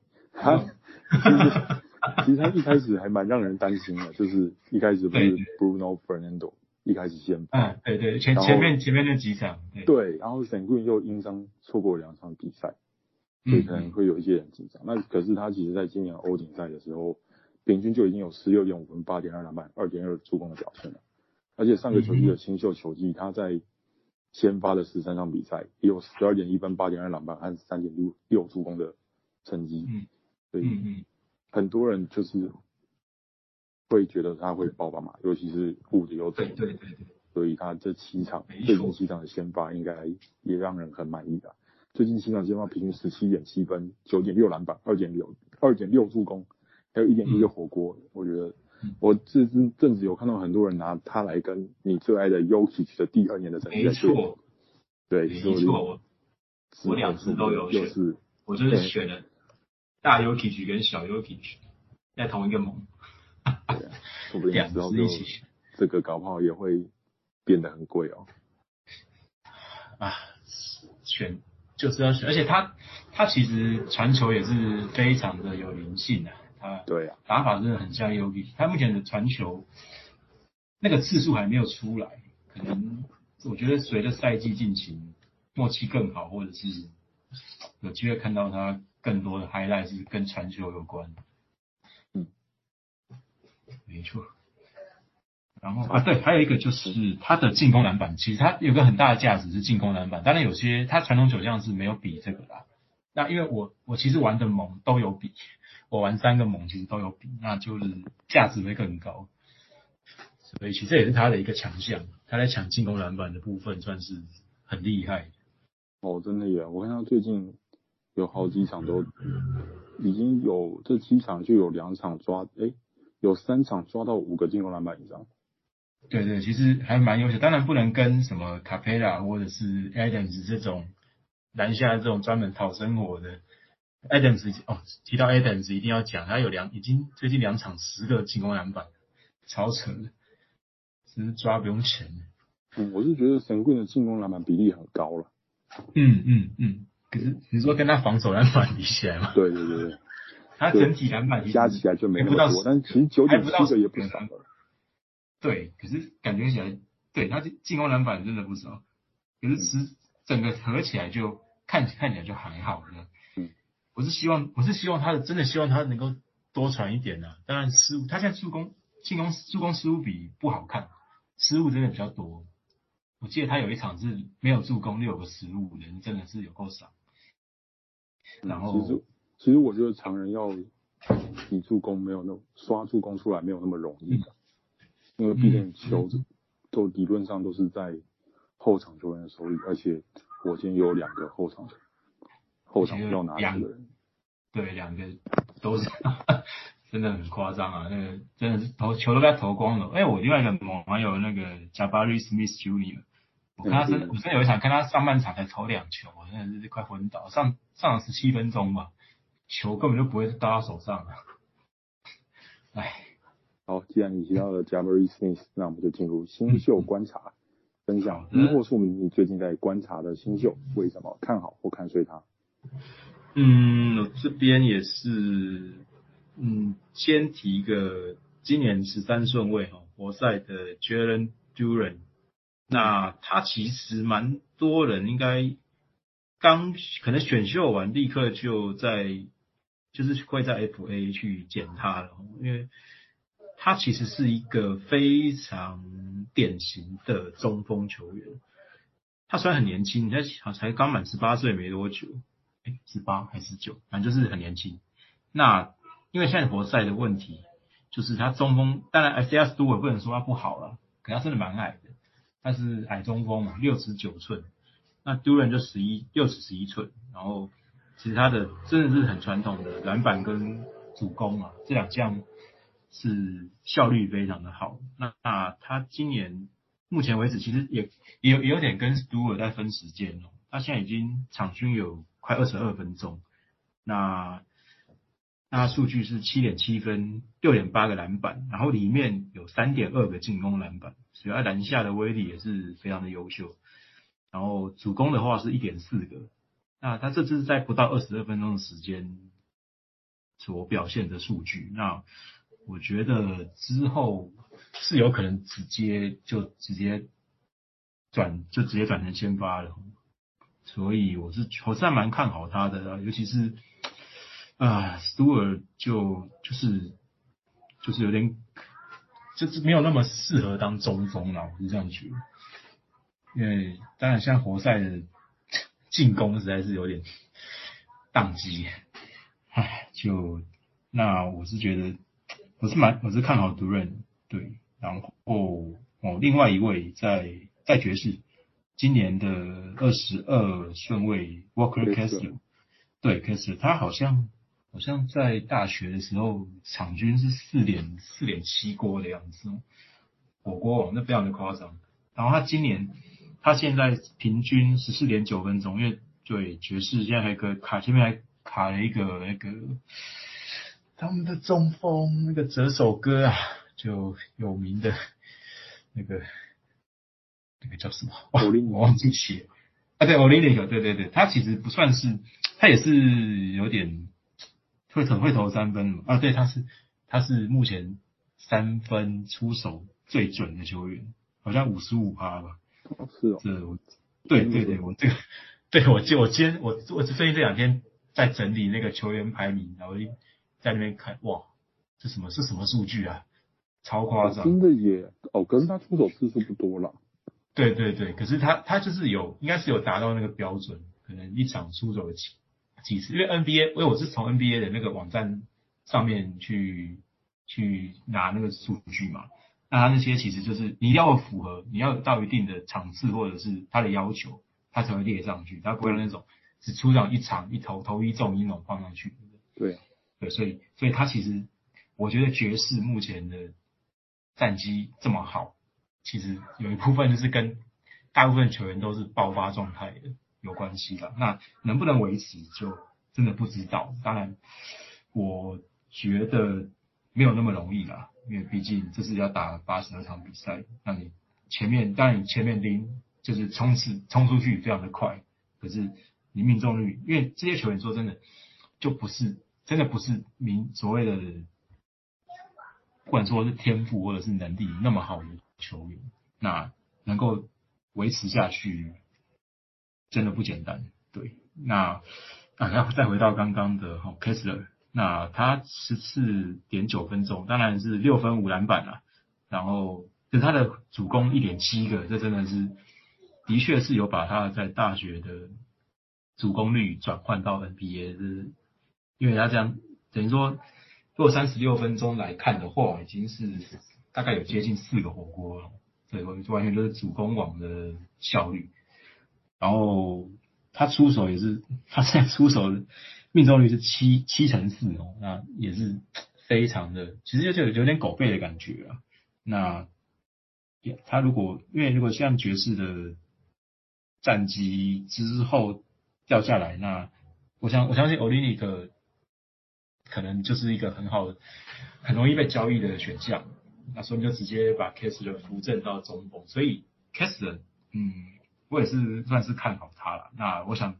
A: 其实他一开始还蛮让人担心的，就是一开始不是 Bruno Fernando 一开始先发。
B: 对，前面那几场。
A: 对，然后 Sengun 又因伤错过2场比赛，所以可能会有一些人紧张。那可是他其实在今年欧锦赛的时候，平均就已经有16.5分、8.2篮板、2.2助攻的表现了。而且上个球季的新秀球季，他在先发的13场比赛，也有12.1分、8.2篮板和3.6助攻的成绩。所以很多人就是会觉得他会爆发嘛，尤其是物质又足。
B: 对。
A: 所以他最近7场的先发应该也让人很满意的。最近7场先发平均17.7分、9.6篮板、2.6助攻，还有1.1个火锅。我觉得我这阵子有看到很多人拿他来跟你最爱的 Jokic 的第2年的成绩来对比。对，
B: 没错，我2次都有选，我就是选了大 Jokic 跟小 Jokic 在同一个盟。
A: 对啊，说不定之后就这个搞不好也会变得很贵哦。
B: 选就是要选，而且他其实传球也是非常的有灵性的，
A: 对啊，
B: 打法真的很像 Jokic， 他目前的传球那个次数还没有出来，可能我觉得随着赛季进行，默契更好，或者是有机会看到他更多的 highlight 是跟传球有关。没错。然后对，还有一个就是他的进攻篮板，其实他有个很大的价值是进攻篮板，当然有些他传统球项是没有比这个啦。那因为我其实玩的盟都有比，我玩3个盟其实都有比，那就是价值会更高。所以其实这也是他的一个强项，他在抢进攻篮板的部分算是很厉害。
A: 真的耶！我看到最近有好几场都已经有，这7场就有2场有3场抓到5个进攻篮板以上。
B: 对，其实还蛮优秀，当然不能跟什么卡佩拉或者是 Adams 这种篮下这种专门讨生活的 Adams 提到 Adams 一定要讲，他已经最近2场10个进攻篮板，超扯的，只是抓不用钱。
A: 我是觉得神棍的进攻篮板比例很高了。
B: 可是你说跟他防守篮板比起来吗？
A: 对，
B: 他整体篮板
A: 加起来就没那么多，但其实9.7个也不少了。
B: 对，可是感觉起来，对他进攻篮板真的不少，可是整个合起来就看起来就还好的。我是希望真的希望他能够多传一点啊。当然失误，他现在助攻失误比不好看，失误真的比较多。我记得他有一场是没有助攻6个失误，人真的是有够少。然后
A: 其实我觉得常人要你助攻没有刷助攻出来没有那么容易的。因为毕竟球都理论上都是在后场球员的手里，而且火箭有2个后场要拿球的人。
B: 对，2个都是真的很夸张啊！那个真的是球都被他投光了。我另外一个盟还有那个 Jabari Smith Jr.， 我真的有一场看他上半场才投2球，我真的是快昏倒。上了17分钟吧，球根本就不会到他手上了。
A: 好，既然你提到了 Jabari Smith， 那我们就进入新秀观察分享，或说明你最近在观察的新秀，为什么看好或看衰他？
B: 我这边也是，先提一个今年13顺位活塞的 Jalen Duren，那他其实蛮多人应该可能选秀完立刻就是会在 FA 去捡他了，因为他其实是一个非常典型的中锋球员。他虽然很年轻，他才刚满18岁没多久，18还是19，反正就是很年轻。那因为现在活塞的问题就是他中锋，当然 Isaiah Stewart 不能说他不好了，可他真的蛮矮的，他是矮中锋嘛，6'9"，那 Duren 就6'11"，然后其实他的真的是很传统的篮板跟主攻啊，这两项是效率非常的好。那他今年目前为止其实也有点跟 Stewart 在分时间哦，他现在已经场均有快22分钟，那他数据是7.7分，6.8个篮板，然后里面有3.2个进攻篮板，所以他篮下的威力也是非常的优秀。然后主攻的话是1.4个，那他这是在不到22分钟的时间所表现的数据。那我觉得之后是有可能直接转成先发了，所以我是还蛮看好他的啦，尤其是Stewart 就是有点就是没有那么适合当中锋啦，我是这样觉得。因为当然像活塞的进攻实在是有点宕机，那我是觉得我是看好独任，对，然后另外一位在爵士今年的22顺位 Walker Kessler， 对 Kessler 他好像在大学的时候场均是4.7锅的样子，火锅那非常的夸张。然后他现在平均14.9分钟，因为对爵士现在前面还卡了一个他们的中锋那个折手哥啊，就有名的那个叫什么？我忘记写啊，对 Olynyk， 对，他其实不算是，他也是有点会投三分嘛啊，对，他是目前三分出手最准的球员，好像55%吧。
A: 是哦，
B: 对，我这个，对我最近这两天在整理那个球员排名，然后在那边看，哇，这什么数据啊，超夸张。
A: 真的耶，可是他出手次数不多啦。
B: 对，可是他就是应该是有达到那个标准，可能一场出手几次，因为 NBA， 因为我是从 NBA 的那个网站上面去拿那个数据嘛。那他那些其实就是你要符合，你要到一定的场次或者是他的要求，他才会列上去，他不会有那种只出场一场投一中一那种放上去。
A: 对啊，
B: 对，所以他其实我觉得爵士目前的战绩这么好，其实有一部分就是跟大部分球员都是爆发状态的有关系的。那能不能维持就真的不知道。当然，我觉得没有那么容易啦。因为毕竟这是要打82场比赛，那你当然你前面就是冲出去非常的快，可是你命中率，因为这些球员说真的真的不是所谓的不管说是天赋或者是能力那么好的球员，那能够维持下去真的不简单。对，那要再回到刚刚的Kessler。那他14.9分钟，当然是6分5篮板啦。然后，可是他的主攻1.7个，这真的是，的确是有把他在大学的主攻率转换到 NBA， 因为他这样等于说，如果36分钟来看的话，已经是大概有接近4个火锅了。对，完全就是主攻网的效率。然后他出手也是，他现在出手的命中率是7成4哦，那也是非常的，其实就有点狗背的感觉啊。那他如果像爵士的战绩之后掉下来，那我相信 Olynyk 可能就是一个很容易被交易的选项。那所以就直接把 Kessler 扶正到中锋，所以 Kessler 我也是算是看好他了。那我想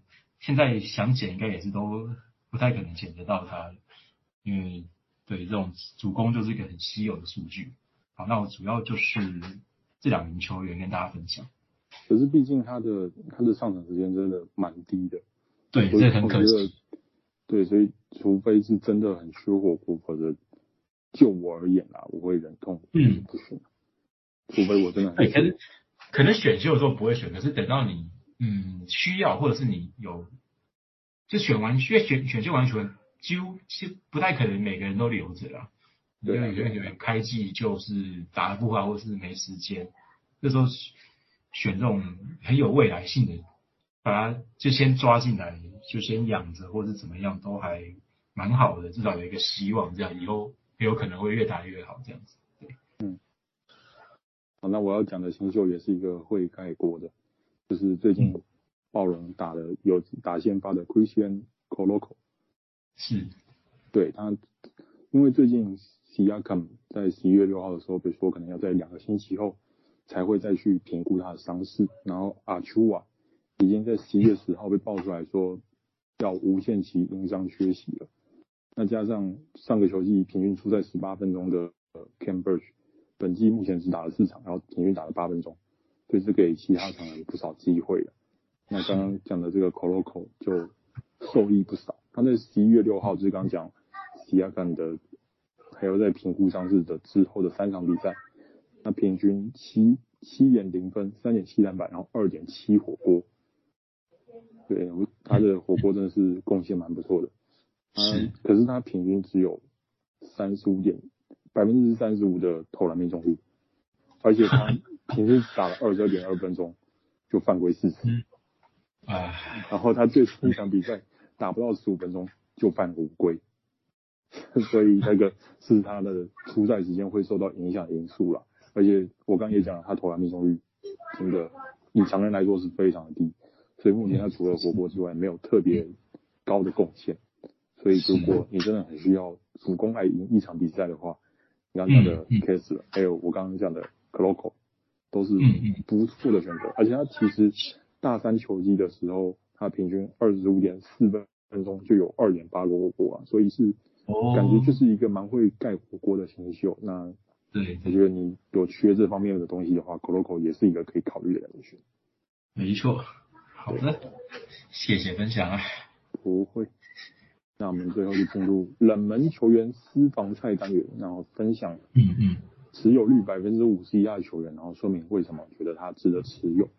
B: 现在想捡应该也是都不太可能捡得到他，因为对这种主攻就是一个很稀有的数据。好，那我主要就是这2名球员跟大家分享。
A: 可是毕竟他的上场时间真的蛮低的，
B: 对，这很可惜。
A: 对，所以除非是真的很缺火锅，否则就我而言啦，我会忍痛不选，除非我真的很缺。
B: 可能选秀的时候不会选，可是等到你需要或者是你有就选秀完全几乎不太可能每个人都留着啦。因为有些人开季就是打得不好或是没时间，这时候选这种很有未来性的，把它就先抓进来，就先养着或者怎么样都还蛮好的，至少有一个希望，这样以后有可能会越打越好这样子。对，
A: 好，那我要讲的新秀也是一个会盖锅的，就是最近暴龙有打先发的 Christian Coloco。
B: 是，
A: 对他，因为最近Siakam 在11月6号的时候被说可能要在2个星期后才会再去评估他的伤势，然后Achua已经在11月10号被爆出来说要无限期因伤缺席了。那加上上个球季平均出赛18分钟的Cam Birch， 本季目前只打了4场，然后平均打了8分钟，所以是给其他场有不少机会了。那刚刚讲的这个 Coloco 就受益不少，他在11月6号就是刚讲Siakam的还有在评估伤势的之后的3场比赛，那平均7.0分、3.7篮板，然后2.7火锅。对，他的火锅真的是贡献蛮不错的。可是他平均只有35%的投篮命中率，而且他平均打了22.2分钟就犯规4次。然后他最近一场比赛打不到15分钟就犯5规。所以那个是他的出赛时间会受到影响的因素啦。而且我刚刚也讲了，他投篮命中率真的以常人来说是非常的低，所以目前他除了火锅之外没有特别高的贡献。所以如果你真的很需要主攻来赢一场比赛的话，你刚讲的 Kessler 还有我刚刚讲的 Coloco 都是不错的选择。而且他其实大3球季的时候，他平均25.4分钟就有2.8个火锅啊，所以是感觉就是一个蛮会盖火锅的新秀。那
B: 对，
A: 我觉得你有缺这方面的东西的话 ，Coloco 也是一个可以考虑的人选。
B: 没错，好的，谢谢分享啊。
A: 不会。那我们最后就进入冷门球员私房菜单元，然后分享持有率50%以下的球员，然后说明为什么觉得他值得持有。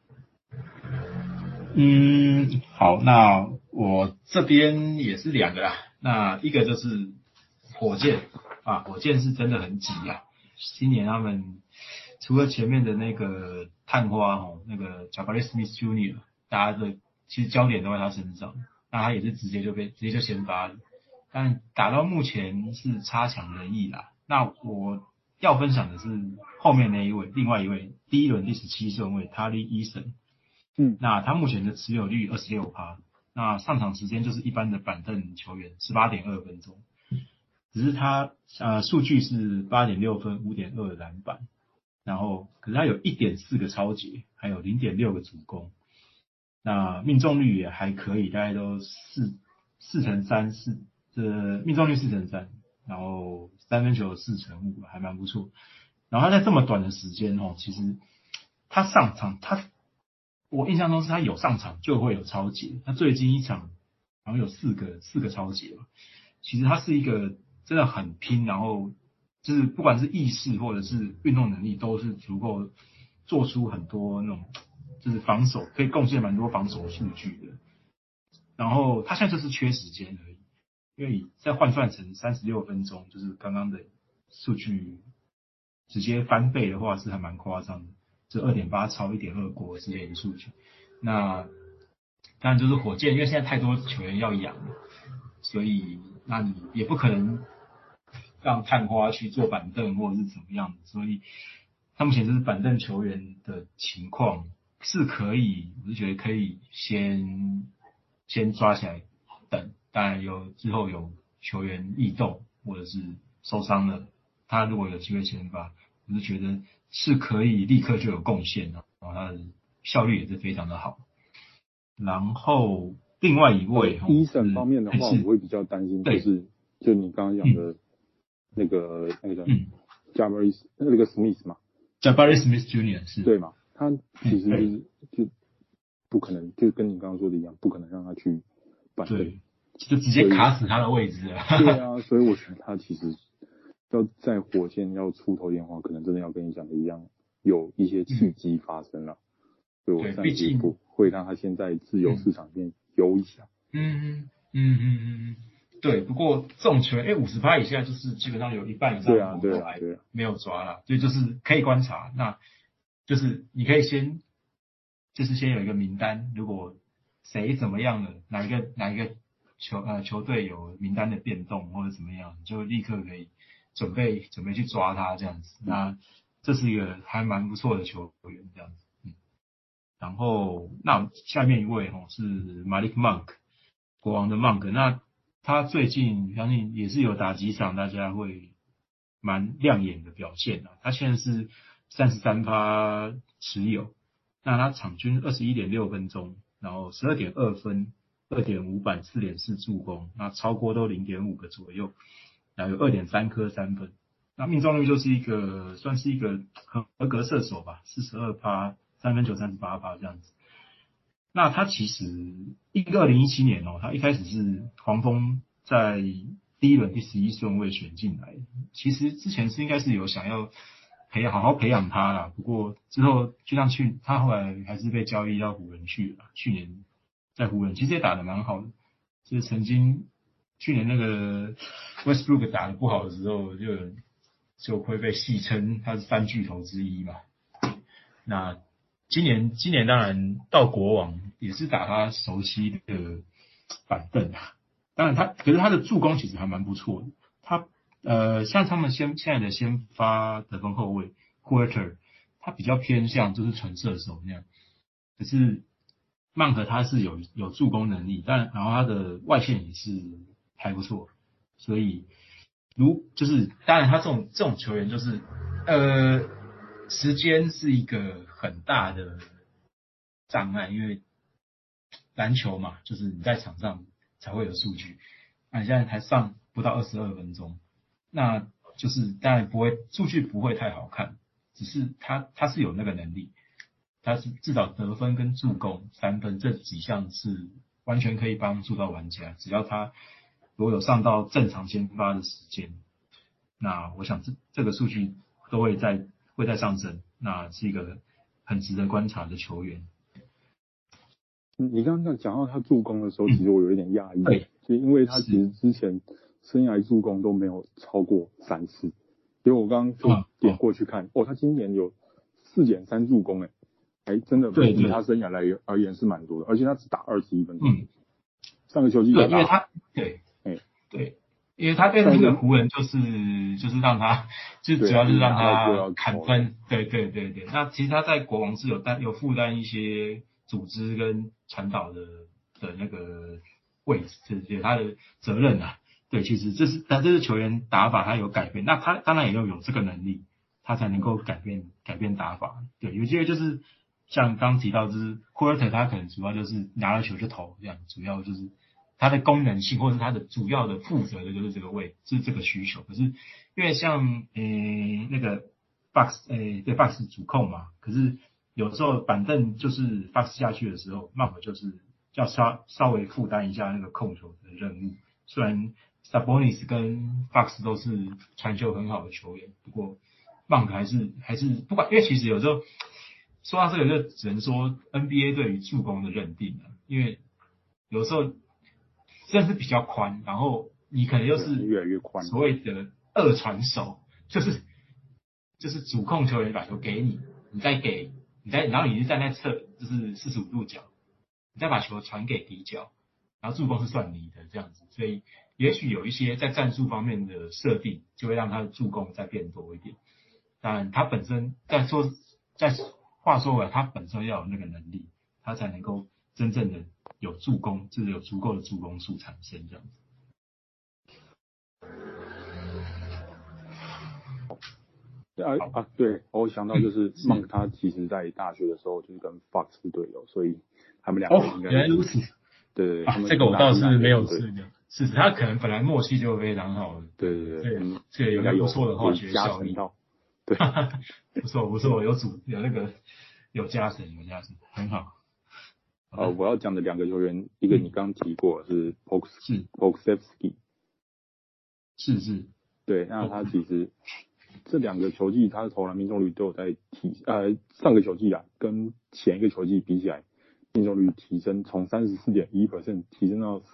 B: 好，那我这边也是2个啦。那一个就是火箭啊，火箭是真的很挤啊。今年他们除了前面的那个探花那个 Jabari Smith Jr.， 大家的其实焦点都在他身上，那他也是直接就先发了。但打到目前是差强人意啦。那我要分享的是后面那一位，另外一位第1轮第17顺位 Tari Eason。那他目前的持有率26%，那上场时间就是一般的板凳球员 18.2 分钟，只是他数据是8.6分 5.2 篮板，然后可是他有 1.4 个抄截，还有 0.6 个主攻，那命中率也还可以，大概都4/3，命中率4/3，然后三分球4/5，还蛮不错。然后他在这么短的时间其实他上场我印象中是他有上场就会有抄截，他最近一场好像有4个抄截吧。其实他是一个真的很拼，然后就是不管是意识或者是运动能力都是足够做出很多那种就是防守可以贡献蛮多防守数据的。然后他现在就是缺时间而已，因为再换算成36分钟，就是刚刚的数据直接翻倍的话是还蛮夸张的。就 2.8 超 1.2 锅之类的数据。那当然就是火箭，因为现在太多球员要养了，所以那你也不可能让探花去做板凳或者是怎么样的，所以他目前就是板凳球员的情况是可以，我是觉得可以先抓起来等，当然之后有球员异动或者是受伤了，他如果有机会先发，我是觉得是可以立刻就有贡献的，然后他的效率也是非常的好。然后另外一位
A: 医生方面的话，我会比较担心，就你刚刚讲的那个Jabari 那个 Smith 嘛
B: ，Jabari Smith Jr. 是
A: 对嘛？他其实就不可能，就跟你刚刚说的一样，不可能让他去板凳，
B: 就直接卡死他的位置了。
A: 对啊，所以我觉得他其实要在火箭要出头点的话，可能真的要跟你讲的一样，有一些契机发生了。所以我暂时不会让他先在自由市场里面游一下。
B: 对，不过这种球员，50%以下就是基本上有一半以上的都还没有抓了，所以就是可以观察。那就是你可以先有一个名单，如果谁怎么样了，哪一个球队有名单的变动或者怎么样，你就立刻可以准备去抓他这样子。那这是一个还蛮不错的球员这样子。然后那下面一位是 Malik Monk， 国王的 Monk， 那他最近相信也是有打几场大家会蛮亮眼的表现啊。他现在是33%持有，那他场均 21.6 分钟，然后 12.2 分， 2.5板， 4.4 助攻，那超过都 0.5 个左右，然后有 2.3 颗三分，那命中率就是算是一个合格射手吧， 42%， 三分球 38% 这样子。那他其实2017年他一开始是黄蜂在第一轮第11顺位选进来，其实之前是应该是有想要好好培养他啦，不过之后就像他后来还是被交易到湖人去了。去年在湖人其实也打得蛮好的，就是曾经去年那个 Westbrook 打得不好的时候，就会被戏称他是三巨头之一嘛。那今年当然到国王也是打他熟悉的板凳啊，当然可是他的助攻其实还蛮不错的。他像他们现在的先发得分后卫 Huerter， 他比较偏向就是纯射手那样，可是曼克他是有助攻能力，然后他的外线也是还不错，所以就是当然他这种球员就是时间是一个很大的障碍，因为篮球嘛，就是你在场上才会有数据，那你现在才上不到22分钟，那就是当然数据不会太好看，只是他是有那个能力，他是至少得分跟助攻、三分这几项是完全可以帮助到玩家，只要他如果有上到正常先发的时间，那我想这个数据都会在上升，那是一个很值得观察的球员。
A: 你刚刚讲到他助攻的时候，其实我有一点讶异，就因为他其实之前生涯助攻都没有超过3次，因为我刚刚就点过去看，他今年有4.3助攻，还真的比他生涯而言是蛮多的，而且他只打21分钟，上个球季
B: 对，因为他因为他对那个湖人就是让他就主要就是让他砍分，对，那其实他在国王是有负担一些组织跟传导的那个位置，就是他的责任啊。对，其实这是球员打法他有改变，那他当然也要有这个能力，他才能够改变打法。对，有些就是像刚提到，就是 Huerter 他可能主要就是拿了球就投这样，主要就是它的功能性或是它的主要的负责的就是这个是这个需求。可是因为像那个 Fox 对 Fox 主控嘛，可是有时候板凳就是 Fox 下去的时候，Monk 就是要稍微负担一下那个控球的任务。虽然 Sabonis 跟 Fox 都是传球很好的球员，不过 Monk 还是不管，因为其实有时候说到这个就只能说 NBA 对于助攻的认定了，因为有时候真的是比较宽，然后你可能又是
A: 越来越宽，
B: 所谓的二传手，就是主控球员把球给你，然后你是站在就是45度角，你再把球传给底角，然后助攻是算你的这样子，所以也许有一些在战术方面的设定，就会让他的助攻再变多一点。当然，他本身话说回来，他本身要有那个能力，他才能够真正的有助攻，就是有足够的助攻数产生这样子。
A: 对，我想到就是Monk他其实在大学的时候就是跟 Fox 是队友，所以他们两个应该
B: 原来如此。
A: 对，他们
B: 这个我倒是没有吃的，是他可能本来默契就非常好了。
A: 对，
B: 这有个不错的化学效应。
A: 对，
B: 不错，有那个有加成，很好。
A: 我要讲的2个球员，一个你刚提过是 Pokusevski，
B: 是，
A: 对，那他其实这2个球季他的投篮命中率都有在上个球季啊，跟前一个球季比起来，命中率提升从 34.1% 提升到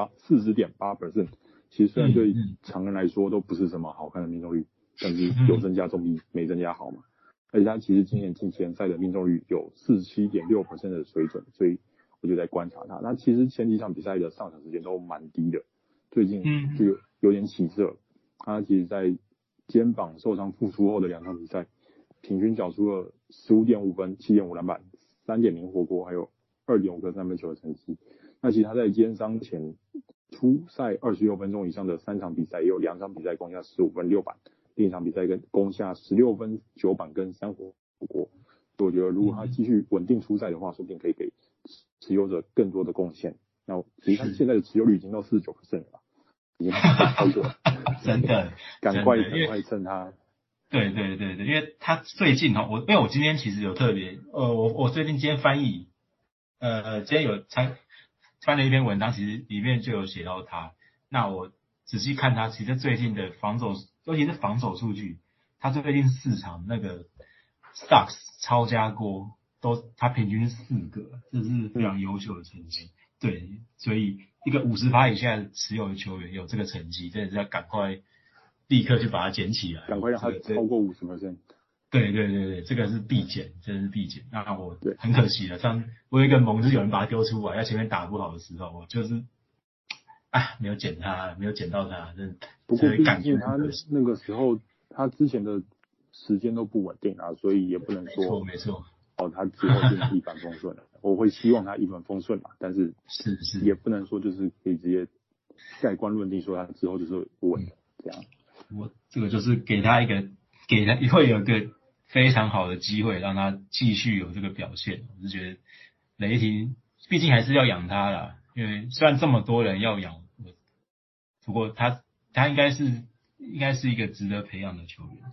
A: 40.8%。其实虽然对常人来说都不是什么好看的命中率，但是有增加总比没增加好嘛。而且他其实今年进前赛的命中率有 47.6% 的水准，所以我就在观察他。那其实前几场比赛的上场时间都蛮低的，最近就有点起色。他其实在肩膀受伤复出后的2场比赛，平均缴出了 15.5 分、7.5 篮板、3.0火锅，还有 2.5 个3分球的成绩。那其实他在肩伤前出赛26分钟以上的3场比赛，也有2场比赛攻下15分6板，另一场比赛跟攻下16分9板跟3火锅。我觉得如果他继续稳定出赛的话，说不定可以给持有者更多的贡献。那其实他现在的持有率已经到 49% 了，已经超过了。
B: 真的，
A: 赶快趁他。
B: 对，因为他最近因为我今天其实有特别，我最近今天翻译，今天有翻了一篇文章，其实里面就有写到他。那我仔细看他，其实最近的防守，尤其是防守数据，他最近4场那个 stocks 超加锅他平均4个，这是非常优秀的成绩。对，所以一个50%以下的持有的球员有这个成绩，真的是要赶快立刻去把它捡起来，
A: 赶快让他超过 50%。
B: 对，这个是必捡，真的是必捡。那我很可惜了，我有一个猛是有人把它丢出来，在前面打不好的时候，我就是没有捡到他，真的。
A: 不过毕竟他那个时候他之前的时间都不稳定啊，所以也不能说
B: 没错。
A: 他之后就能一帆风顺了。我会希望他一帆风顺嘛，但是也不能说就是可以直接盖棺论定说他之后就是稳的这样。
B: 我这个就是给他会有一个非常好的机会，让他继续有这个表现。我是觉得雷霆毕竟还是要养他啦，因为虽然这么多人要养，不过他应该是一个值得培养的球员。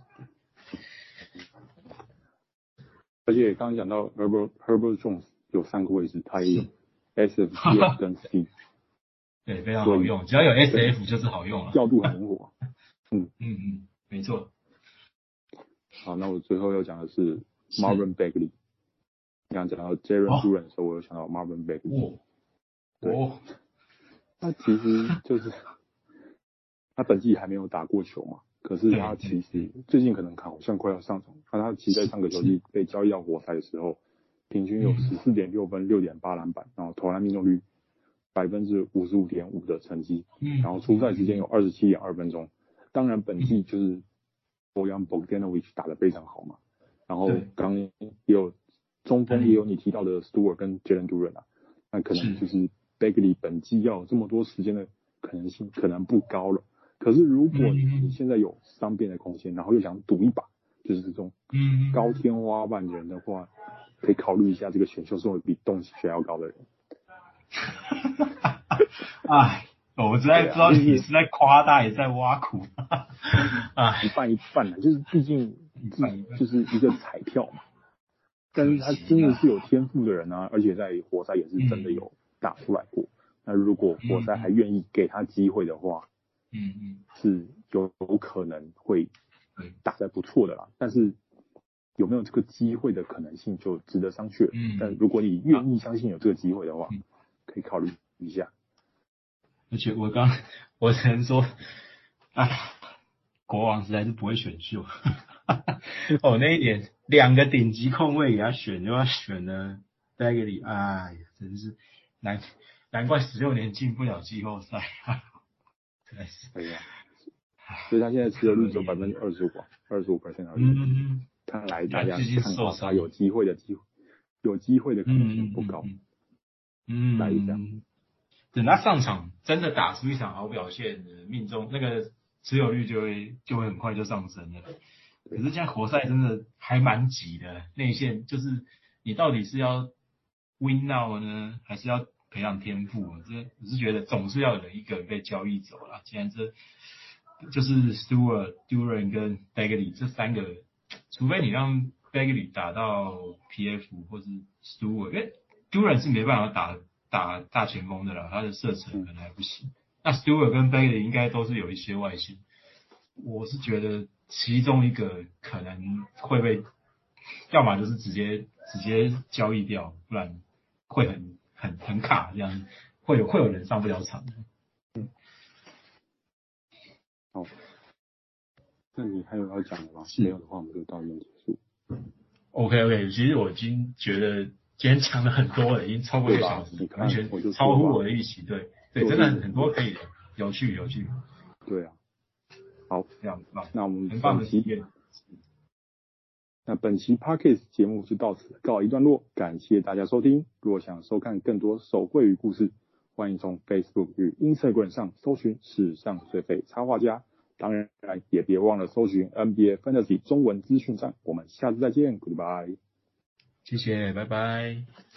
A: 而且刚刚讲到 Herbert Jones 有3个位置，他也有 SF、CF 跟 C，
B: 对，非常好用，只要有 SF 就是好用了，
A: 调度很灵活。
B: 没错。
A: 好，那我最后要讲的是 Marvin Bagley。你刚讲到 Jaren Duren 的时候，我有想到 Marvin Bagley。对，他其实就是他本季还没有打过球嘛，可是他其实最近可能好像快要上场。他其实在上个球季被交易到活塞的时候，平均有 14.6 分、6.8 篮板，然后投篮命中率 55.5% 的成绩，然后出赛时间有 27.2 分钟。当然本季就是Bojan Bogdanovic 打得非常好嘛，然后刚也有中锋也有你提到的 Stewart 跟 Jalen Duren 啊，那可能就是 Bagley 本季要有这么多时间的可能性可能不高了。可是如果你现在有伤病的空间，然后又想赌一把，就是这种高天花板人的话，可以考虑一下这个选秀顺位比东西还要高的人。
B: 我实在不知道你是在夸大也在挖苦。
A: 一半一半的，就是毕竟就是一个彩票嘛。但是他真的是有天赋的人啊，而且在活塞也是真的有打出来过。那如果活塞还愿意给他机会的话，是有可能会打得不错的啦。但是有没有这个机会的可能性就值得商榷。但如果你愿意相信有这个机会的话，可以考虑一下。
B: 而且我只能说，国王实在是不会选秀。那一点2个顶级控卫给他选，就要选了 Bagley， 真是难怪16年进不了季后赛。真的是。
A: 所以他现在持有率只有 25% 而已。看来大家看好他有机会的可能性不高。大概这样。
B: 等他上场真的打出一场好表现，命中那个持有率就会很快就上升了。可是现在活塞真的还蛮急的，内线就是你到底是要 win now 呢，还是要培养天赋，我是觉得总是要有一个人被交易走啦。既然这就是 Stewart、Duren 跟 Bagley 这三个，除非你让 Bagley 打到 PF 或是 Stewart， 因为 Duren 是没办法打大前锋的啦，他的射程可能还不行。那 Stewart 跟 Bagley 应该都是有一些外线，我是觉得其中一个可能会被，要么就是直接交易掉，不然会很卡这样，会有人上不了场。
A: 好，那你还有要讲的吗？
B: 是
A: 没有的话，我们就到这边结束。
B: OK， 其实我已经觉得今天讲了很多了，已经超过1个小时，完全超乎我的预期。对，真的很多可以的，有趣。
A: 对啊，好，
B: 这样棒，
A: 那我们
B: 很棒的体验。
A: 那本期 Podcast 节目就到此告一段落，感谢大家收听。如果想收看更多手绘与故事，欢迎从 Facebook 与 Instagram 上搜寻史上最废插画家。当然也别忘了搜寻 NBA Fantasy 中文资讯站。我们下次再见 ，Goodbye。
B: 谢谢，拜拜。